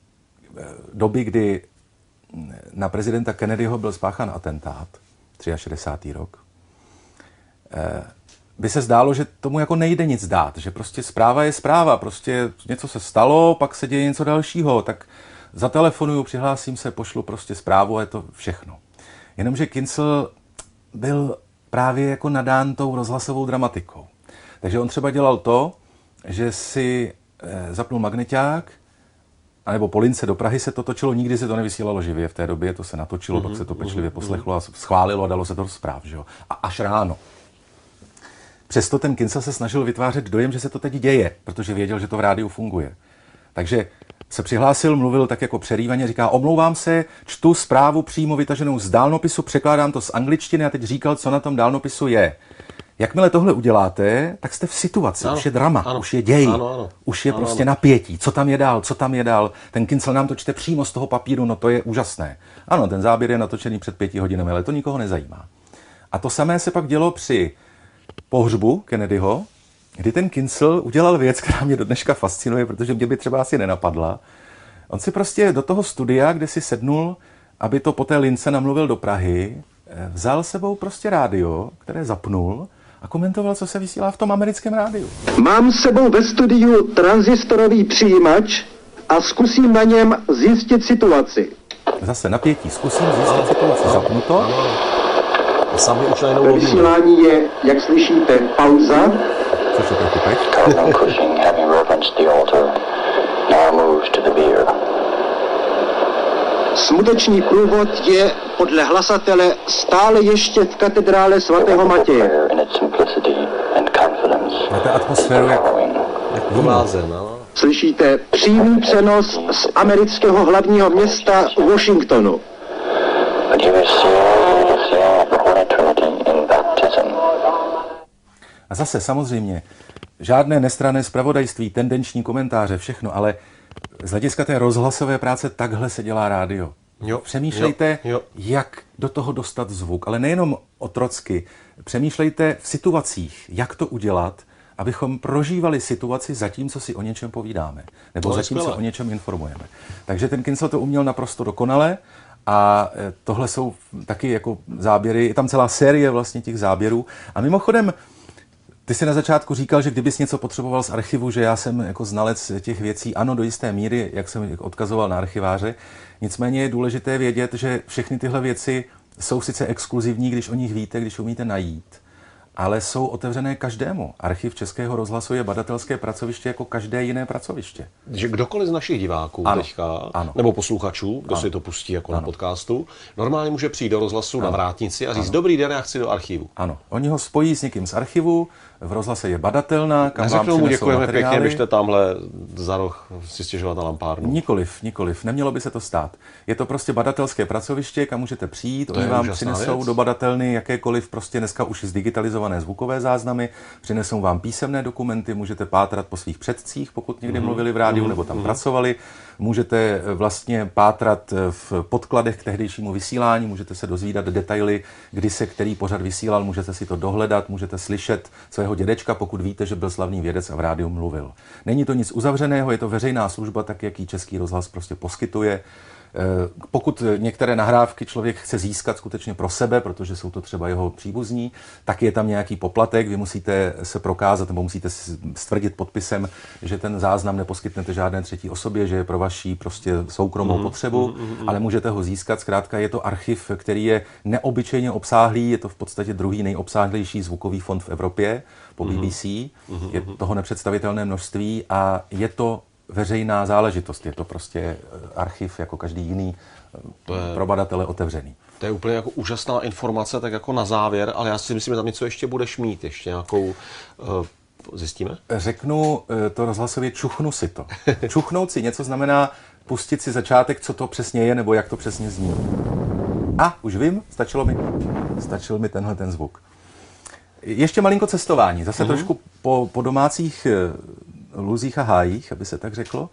doby, kdy na prezidenta Kennedyho byl spáchán atentát, šedesátý třetí rok, by se zdálo, že tomu jako nejde nic dát, že prostě zpráva je zpráva, prostě něco se stalo, pak se děje něco dalšího, tak zatelefonuju, přihlásím se, pošlu prostě zprávu a je to všechno. Jenomže Kincl byl právě jako nadán tou rozhlasovou dramatikou. Takže on třeba dělal to, že si e, zapnul magneťák, anebo po lince do Prahy se to točilo, nikdy se to nevysílalo živě v té době, to se natočilo, mm-hmm. pak se to pečlivě poslechlo a schválilo a dalo se to do zpráv, že jo? A až ráno. Přesto ten Kincl se snažil vytvářet dojem, že se to teď děje, protože věděl, že to v rádiu funguje. Takže se přihlásil, mluvil tak jako přerývaně, říká, omlouvám se, čtu zprávu přímo vytaženou z dálnopisu, překládám to z angličtiny a teď říkal, co na tom dálnopisu je. Jakmile tohle uděláte, tak jste v situaci, ano, už je drama, ano, už je děj, ano, ano, už je ano, prostě ano. napětí, co tam je dál, co tam je dál. Ten Kincl nám to čte přímo z toho papíru, no to je úžasné. Ano, ten záběr je natočený před pěti hodinami, ale to nikoho nezajímá. A to samé se pak dělo při pohřbu Kennedyho, kdy ten Kincl udělal věc, která mě do dneška fascinuje, protože mě by třeba asi nenapadla. On si prostě do toho studia, kde si sednul, aby to po té lince namluvil do Prahy, vzal sebou prostě rádio, které zapnul a komentoval, co se vysílá v tom americkém rádiu.
Mám s sebou ve studiu tranzistorový přijímač a zkusím na něm zjistit situaci.
Zase napětí, zkusím zjistit situaci, zapnu to.
A sami už najednou
ve vysílání je, jak slyšíte, pauza.
Což je trochu pech.
Smutečný průvod je podle hlasatele stále ještě v katedrále svatého Matěje.
Máte atmosféru jak, jak
vymázen, ano.
Slyšíte přímý přenos z amerického hlavního města Washingtonu.
A zase samozřejmě žádné nestranné zpravodajství, tendenční komentáře, všechno, ale z hlediska té rozhlasové práce takhle se dělá rádio. Jo, Přemýšlejte, jo, jo. jak do toho dostat zvuk, ale nejenom otrocky. Přemýšlejte v situacích, jak to udělat, abychom prožívali situaci zatímco si o něčem povídáme, nebo no, zatímco o něčem informujeme. Takže ten Kincl to uměl naprosto dokonale a tohle jsou taky jako záběry, je tam celá série vlastně těch záběrů. A mimochodem, ty jsi na začátku říkal, že kdybys něco potřeboval z archivu, že já jsem jako znalec těch věcí, ano, do jisté míry, jak jsem odkazoval na archiváře. Nicméně je důležité vědět, že všechny tyhle věci jsou sice exkluzivní, když o nich víte, když umíte najít, ale jsou otevřené každému. Archiv Českého rozhlasu je badatelské pracoviště jako každé jiné pracoviště.
Že kdokoliv z našich diváků
ano,
teďka,
ano.
nebo posluchačů, kdo ano. si to pustí jako ano. na podcastu, normálně může přijít do rozhlasu ano. na vrátnici a říct, ano. dobrý den, já chci do archivu.
Ano, oni ho spojí s někým z archivu, v rozhlase je badatelná, kam vám přinesou
mu děkujeme
materiály.
Pěkně, byste tamhle za roh si stěžovat na lampárnu.
Nikoliv, nikoliv, nemělo by se to stát. Je to prostě badatelské pracoviště, kam můžete přijít, oni vám přinesou věc. do badatelny jakékoliv prostě dneska už zdigitalizované zvukové záznamy, přinesou vám písemné dokumenty, můžete pátrat po svých předcích, pokud někdy mm-hmm. mluvili v rádiu mm-hmm. nebo tam mm-hmm. pracovali, můžete vlastně pátrat v podkladech k tehdejšímu vysílání, můžete se dozvídat detaily, kdy se který pořad vysílal, můžete si to dohledat, můžete slyšet svého dědečka, pokud víte, že byl slavný vědec a v rádiu mluvil. Není to nic uzavřeného, je to veřejná služba, tak jak ji Český rozhlas prostě poskytuje. Pokud některé nahrávky člověk chce získat skutečně pro sebe, protože jsou to třeba jeho příbuzní, tak je tam nějaký poplatek, vy musíte se prokázat nebo musíte stvrdit podpisem, že ten záznam neposkytnete žádné třetí osobě, že je pro vaši prostě soukromou mm, potřebu, mm, mm, ale můžete ho získat. Zkrátka je to archiv, který je neobyčejně obsáhlý, je to v podstatě druhý nejobsáhlejší zvukový fond v Evropě po B B C, mm, je toho nepředstavitelné množství a je to veřejná záležitost. Je to prostě archiv jako každý jiný je, pro badatele otevřený.
To je úplně jako úžasná informace, tak jako na závěr, ale já si myslím, že tam něco ještě budeš mít, ještě nějakou, uh, zjistíme?
Řeknu to rozhlasově, čuchnu si to. Čuchnout si něco znamená pustit si začátek, co to přesně je, nebo jak to přesně zní. A, už vím, stačilo mi, stačil mi tenhle ten zvuk. Ještě malinko cestování, zase mm-hmm. trošku po, po domácích luzích a hájích, aby se tak řeklo.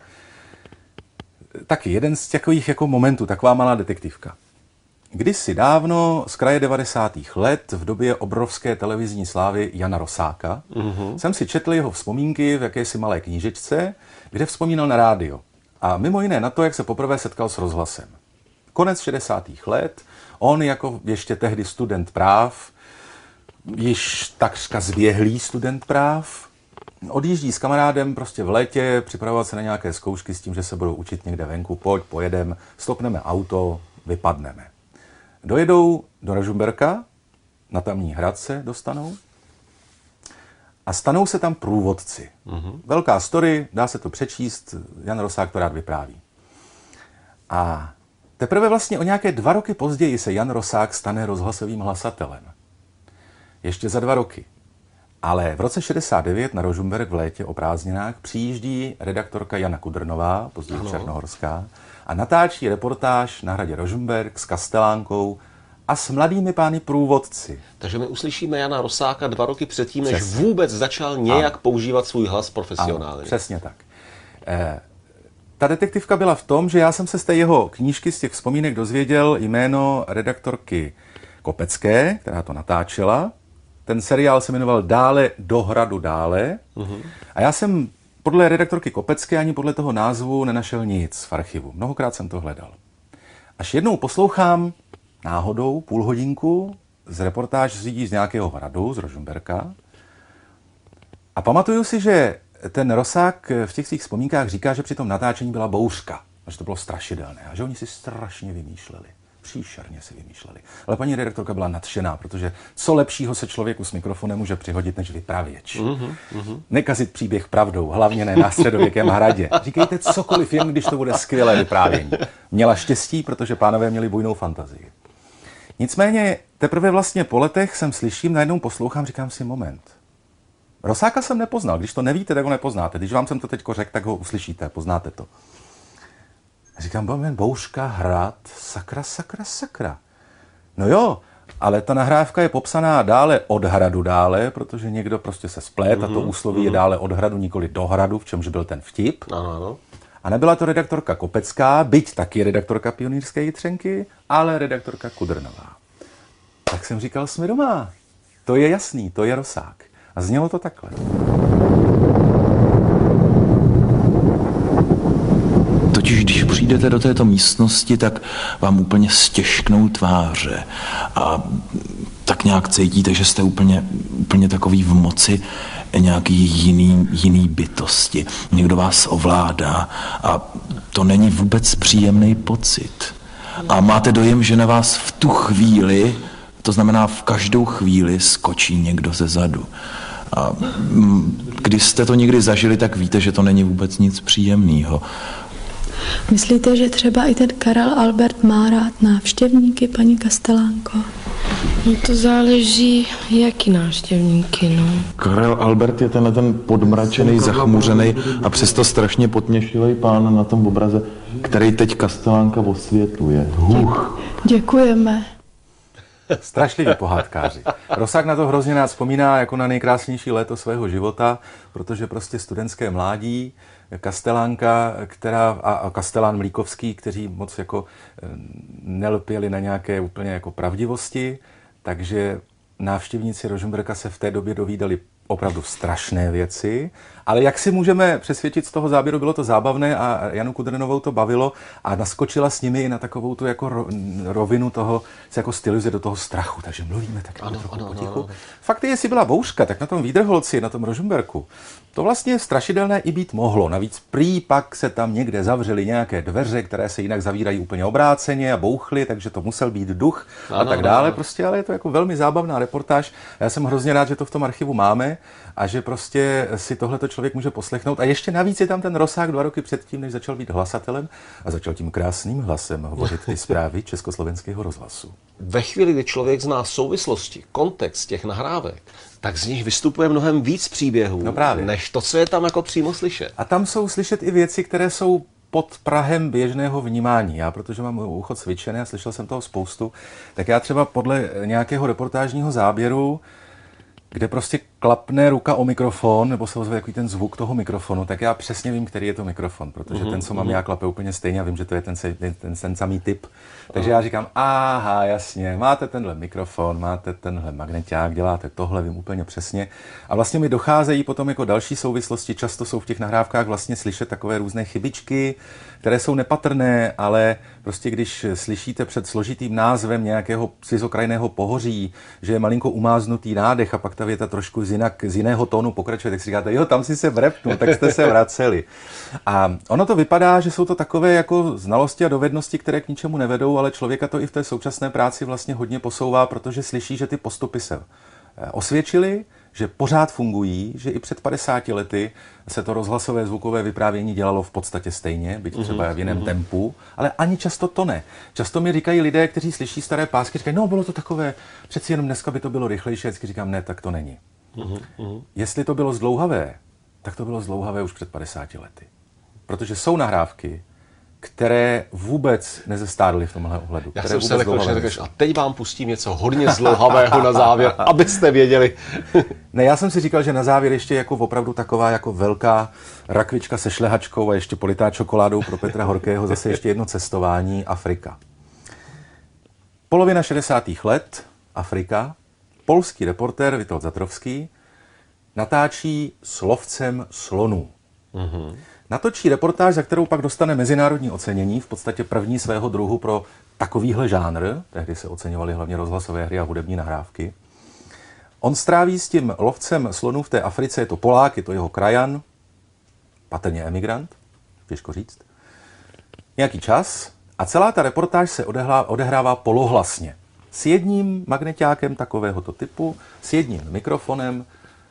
Taky jeden z takových jako momentů, taková malá detektivka. Kdysi dávno, z kraje devadesátých let, v době obrovské televizní slávy Jana Rosáka, mm-hmm. jsem si četl jeho vzpomínky v jakési malé knížečce, kde vzpomínal na rádio. A mimo jiné na to, jak se poprvé setkal s rozhlasem. Konec šedesátých let, on jako ještě tehdy student práv, již takřka zběhlý student práv, odjíždí s kamarádem prostě v létě, připravovat se na nějaké zkoušky s tím, že se budou učit někde venku, pojď, pojedem, stopneme auto, vypadneme. Dojedou do Rožmberka, na tamní hrad se dostanou a stanou se tam průvodci. Mm-hmm. Velká story, dá se to přečíst, Jan Rosák to rád vypráví. A teprve vlastně o nějaké dva roky později se Jan Rosák stane rozhlasovým hlasatelem. Ještě za dva roky. Ale v roce šedesát devět na Rožmberk v létě o prázdninách přijíždí redaktorka Jana Kudrnová, později Černohorská, a natáčí reportáž na hradě Rožmberk s Kastelánkou a s mladými pány průvodci.
Takže my uslyšíme Jana Rosáka dva roky předtím, než přesně. vůbec začal nějak ano. používat svůj hlas profesionálně.
Ano, přesně tak. Eh, ta detektivka byla v tom, že já jsem se z té jeho knížky, z těch vzpomínek dozvěděl jméno redaktorky Kopecké, která to natáčela. Ten seriál se jmenoval Dále do hradu dále. Uh-huh. A já jsem podle redaktorky Kopecké ani podle toho názvu nenašel nic v archivu. Mnohokrát jsem to hledal. Až jednou poslouchám náhodou půl hodinku z reportáž z lidí z nějakého hradu, z Rožmberka. A pamatuju si, že ten Rosák v těch svých vzpomínkách říká, že při tom natáčení byla bouřka. A že to bylo strašidelné. A že oni si strašně vymýšleli. Příšerně si vymýšleli. Ale paní redaktorka byla nadšená, protože co lepšího se člověku s mikrofonem může přihodit než vypravěč. Mm-hmm, mm-hmm. Nekazit příběh pravdou, hlavně ne na středověkém hradě. Říkejte cokoliv, jen když to bude skvělé vyprávění. Měla štěstí, protože pánové měli bujnou fantazii. Nicméně teprve vlastně po letech jsem slyším, najednou poslouchám, říkám si moment. Rosáka jsem nepoznal, když to nevíte, tak ho nepoznáte. Když vám jsem to teď řekl, tak ho uslyšíte, poznáte to. Říkám, moment, bouřka, hrad, sakra, sakra, sakra. No jo, ale ta nahrávka je popsaná dále od hradu dále, protože někdo prostě se splét mm-hmm, a to úsloví mm-hmm. je dále od hradu, nikoli do hradu, v čemž byl ten vtip.
Ano, ano.
A nebyla to redaktorka Kopecká, byť taky redaktorka Pionýrské Jitřenky, ale redaktorka Kudrnová. Tak jsem říkal, jsme doma. To je jasný, to je Rosák. A znělo to takhle.
Totiž když přijdete do této místnosti, tak vám úplně stěžknou tváře a tak nějak cítíte, že jste úplně, úplně takový v moci nějaký jiný, jiný bytosti. Někdo vás ovládá a to není vůbec příjemný pocit. A máte dojem, že na vás v tu chvíli, to znamená v každou chvíli, skočí někdo ze zadu. A když jste to někdy zažili, tak víte, že to není vůbec nic příjemného.
Myslíte, že třeba i ten Karel Albert má rád návštěvníky, paní Kastelánko?
No to záleží, jaký návštěvníky, no.
Karel Albert je tenhle ten podmračený, zachmuřený a přesto strašně potměšilej pán na tom obraze, který teď Kastelánka osvětluje. Huch.
Děkujeme.
Strašlivý pohádkáři. Rosák na to hrozně rád vzpomíná jako na nejkrásnější léto svého života, protože prostě studentské mládí, Kastelánka, která, a Kastelán Mlíkovský, kteří moc jako nelpěli na nějaké úplně jako pravdivosti, takže návštěvníci Rožmberka se v té době dovídali opravdu strašné věci, ale jak si můžeme přesvědčit z toho záběru, bylo to zábavné a Janu Kudrnovou to bavilo a naskočila s nimi i na takovou tu jako rovinu toho, se jako stylizuje do toho strachu, takže mluvíme tak jako trochu potichu. Fakt je, jestli byla bouřka, tak na tom Víderholci, na tom Rožmberku, to vlastně strašidelné i být mohlo. Navíc prý pak se tam někde zavřely nějaké dveře, které se jinak zavírají úplně obráceně a bouchly, takže to musel být duch a ano, tak dále. Ano. Prostě, ale je to jako velmi zábavná reportáž. Já jsem hrozně rád, že to v tom archivu máme a že prostě si tohleto člověk může poslechnout. A ještě navíc je tam ten Rosák dva roky předtím, než začal být hlasatelem a začal tím krásným hlasem hovořit ty zprávy Československého rozhlasu.
Ve chvíli, kdy člověk zná souvislosti, kontext těch nahrávek, tak z nich vystupuje mnohem víc příběhů, no než to, co je tam jako přímo slyšet.
A tam jsou slyšet i věci, které jsou pod prahem běžného vnímání. Já, protože mám ucho cvičené a slyšel jsem toho spoustu, tak já třeba podle nějakého reportážního záběru, kde prostě klapne ruka o mikrofon, nebo se ozve takový ten zvuk toho mikrofonu, tak já přesně vím, který je to mikrofon, protože mm-hmm. ten, co mám mm-hmm. já, klape úplně stejně a vím, že to je ten, ten, ten, ten samý typ. Takže já říkám, aha, jasně, máte tenhle mikrofon, máte tenhle magneťák, děláte tohle, vím úplně přesně. A vlastně mi docházejí potom jako další souvislosti, často jsou v těch nahrávkách vlastně slyšet takové různé chybičky, které jsou nepatrné, ale prostě když slyšíte před složitým názvem nějakého cizokrajného pohoří, že je malinko umáznutý nádech a pak ta věta trošku z, jinak, z jiného tónu pokračuje, tak si říkáte, jo, tam si se vrepnul, tak jste se vraceli. A ono to vypadá, že jsou to takové jako znalosti a dovednosti, které k ničemu nevedou, ale člověka to i v té současné práci vlastně hodně posouvá, protože slyší, že ty postupy se osvědčily, že pořád fungují, že i před padesáti lety se to rozhlasové zvukové vyprávění dělalo v podstatě stejně, byť třeba v jiném mm-hmm. tempu, ale ani často to ne. Často mi říkají lidé, kteří slyší staré pásky, říkají, no bylo to takové, přeci jenom dneska by to bylo rychlejší, a vždycky říkám, ne, tak to není. Mm-hmm. Jestli to bylo zdlouhavé, tak to bylo zdlouhavé už před padesáti lety. Protože jsou nahrávky, které vůbec nezestárly v tomhle ohledu.
Já jsem se lekl, že řekneš, a teď vám pustím něco hodně zdlouhavého na závěr, abyste věděli.
Ne, já jsem si říkal, že na závěr ještě jako opravdu taková jako velká rakvička se šlehačkou a ještě politá čokoládou pro Petra Horkého, zase ještě jedno cestování, Afrika. Polovina šedesátých let, Afrika, polský reportér Witold Zatrovský natáčí s lovcem slonů. Mm-hmm. Natočí reportáž, za kterou pak dostane mezinárodní ocenění, v podstatě první svého druhu pro takovýhle žánr, tehdy se oceňovaly hlavně rozhlasové hry a hudební nahrávky. On stráví s tím lovcem slonů v té Africe, je to Polák, je to jeho krajan, patrně emigrant, těžko říct, nějaký čas a celá ta reportáž se odehrává, odehrává polohlasně. S jedním magneťákem takovéhoto typu, s jedním mikrofonem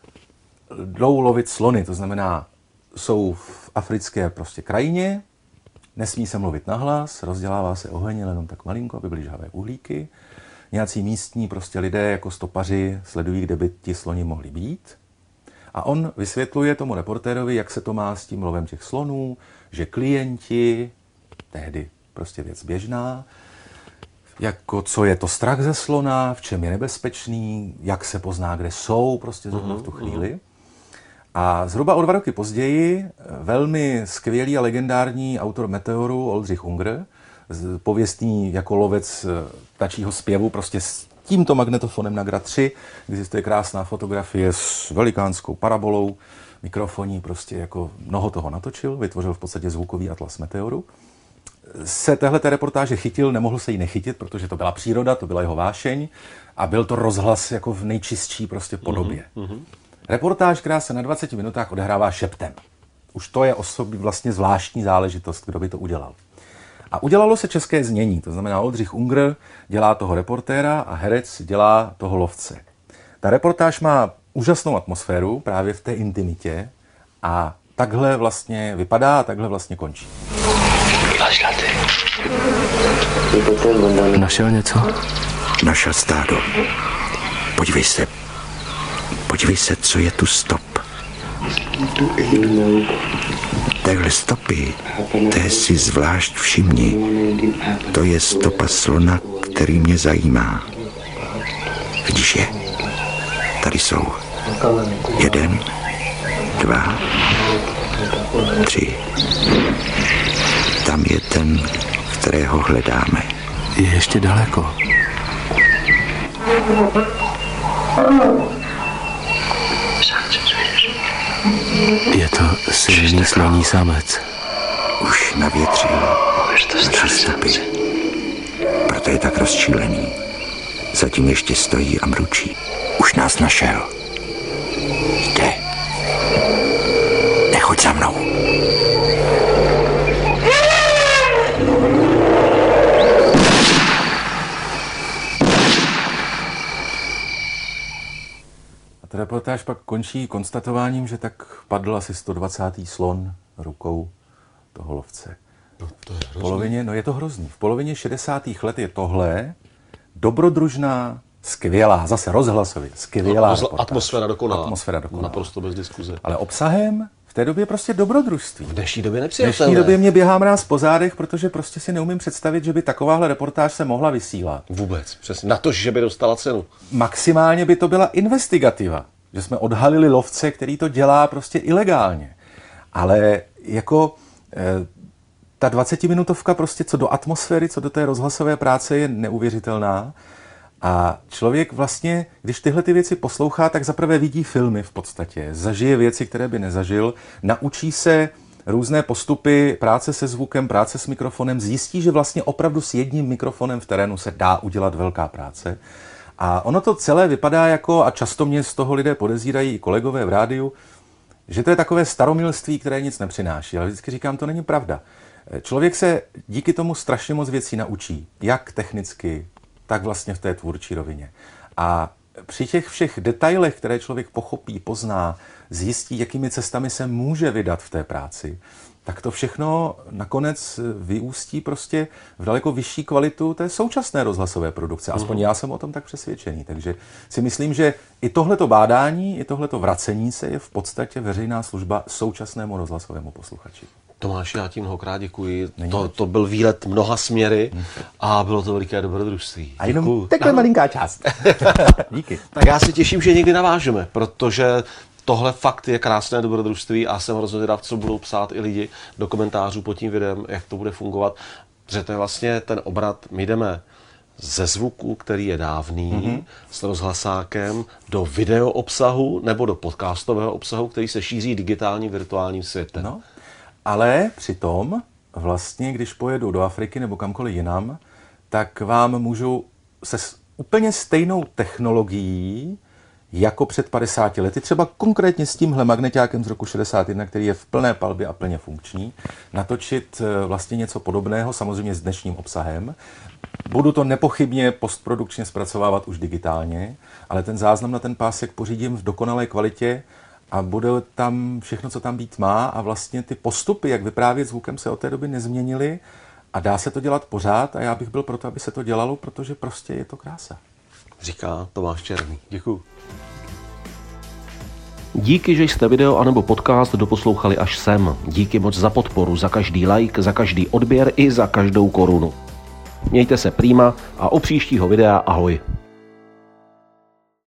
jdou lovit slony, to znamená, jsou v africké prostě krajině, nesmí se mluvit nahlas, rozdělává se oheň jenom tak malinko, aby byly žhavé uhlíky. Nějací místní prostě lidé jako stopaři sledují, kde by ti sloni mohli být. A on vysvětluje tomu reportérovi, jak se to má s tím lovem těch slonů, že klienti, tehdy prostě věc běžná, jako co je to strach ze slona, v čem je nebezpečný, jak se pozná, kde jsou prostě zrovna v tu chvíli. A zhruba o dva roky později velmi skvělý a legendární autor Meteoru Oldřich Unger, pověstný jako lovec ptačího zpěvu, prostě s tímto magnetofonem na Gra tři, existuje krásná fotografie s velikánskou parabolou, mikrofoní, prostě jako mnoho toho natočil, vytvořil v podstatě zvukový atlas Meteoru. Se téhleté reportáže chytil, nemohl se jí nechytit, protože to byla příroda, to byla jeho vášeň a byl to rozhlas jako v nejčistší prostě podobě. Mm-hmm. Reportáž, která se na dvaceti minutách odehrává šeptem. Už to je osobně vlastně zvláštní záležitost, kdo by to udělal. A udělalo se české znění, to znamená Oldřich Unger dělá toho reportéra a herec dělá toho lovce. Ta reportáž má úžasnou atmosféru právě v té intimitě a takhle vlastně vypadá a takhle vlastně končí.
Našel něco?
Našel stádo. Podívej se. Podívej se, co je tu stop. Téhle stopy, té si zvlášť všimni. To je stopa slona, který mě zajímá. Vidíš je? Tady jsou. Jeden, dva, tři. Tam je ten, kterého hledáme.
Je ještě daleko. Je to silný sloní samec.
Už navětřil naše stopy. Proto je tak rozčílený. Zatím ještě stojí a mručí. Už nás našel. Jde. Nechoď za mnou.
Ta reportáž pak končí konstatováním, že tak padl asi sto dvacátý slon rukou toho lovce.
No, to je
v polovině, no je to hrozný. V polovině šedesátých let je tohle dobrodružná, skvělá, zase rozhlasově, skvělá
no, atmosféra dokonalá.
Atmosféra dokonalá.
Naprosto bez diskuze.
Ale obsahem v té době prostě dobrodružství.
V dnešní době
V
nepřijatelné.
dnešní době mě běhá mráz po zádech, protože prostě si neumím představit, že by takováhle reportáž se mohla vysílat.
Vůbec, přesně. Na to, že by dostala cenu.
Maximálně by to byla investigativa. že jsme odhalili lovce, který to dělá prostě ilegálně. Ale jako e, ta dvacetiminutovka prostě co do atmosféry, co do té rozhlasové práce je neuvěřitelná. A člověk vlastně, když tyhle ty věci poslouchá, tak zaprvé vidí filmy v podstatě, zažije věci, které by nezažil, naučí se různé postupy práce se zvukem, práce s mikrofonem, zjistí, že vlastně opravdu s jedním mikrofonem v terénu se dá udělat velká práce. A ono to celé vypadá jako, a často mě z toho lidé podezírají i kolegové v rádiu, že to je takové staromilství, které nic nepřináší. Ale vždycky říkám, to není pravda. Člověk se díky tomu strašně moc věcí naučí, jak technicky, tak vlastně v té tvůrčí rovině. A při těch všech detailech, které člověk pochopí, pozná, zjistí, jakými cestami se může vydat v té práci, tak to všechno nakonec vyústí prostě v daleko vyšší kvalitu té současné rozhlasové produkce. Aspoň já jsem o tom tak přesvědčený. Takže si myslím, že i tohleto bádání, i tohleto vracení se je v podstatě veřejná služba současnému rozhlasovému posluchači.
Tomáši, já ti mnohokrát děkuji. To, to byl výlet mnoha směry a bylo to veliké dobrodružství.
A jenom takhle malinká část. Díky.
Tak já se těším, že někdy navážeme, protože tohle fakt je krásné dobrodružství a jsem hrozně zvědav, co budou psát i lidi do komentářů pod tím videem, jak to bude fungovat. Protože to je vlastně ten obrat, my jdeme ze zvuku, který je dávný, mm-hmm. s rozhlasákem, do video obsahu nebo do podcastového obsahu, který se šíří digitálním virtuálním světem.
No, ale přitom vlastně, když pojedu do Afriky nebo kamkoliv jinam, tak vám můžu se s úplně stejnou technologií jako před padesáti lety, třeba konkrétně s tímhle magneťákem z roku šedesát jedna, který je v plné palbě a plně funkční, natočit vlastně něco podobného, samozřejmě s dnešním obsahem. Budu to nepochybně postprodukčně zpracovávat už digitálně, ale ten záznam na ten pásek pořídím v dokonalé kvalitě a bude tam všechno, co tam být má a vlastně ty postupy, jak vyprávět zvukem, se od té doby nezměnily a dá se to dělat pořád a já bych byl proto, aby se to dělalo, protože prostě je to krása.
Říká Tomáš Černý. Děkuju. Díky, že jste video anebo podcast doposlouchali až sem. Díky moc za podporu, za každý like, za každý odběr i za každou korunu. Mějte se prýma a u příštího videa ahoj.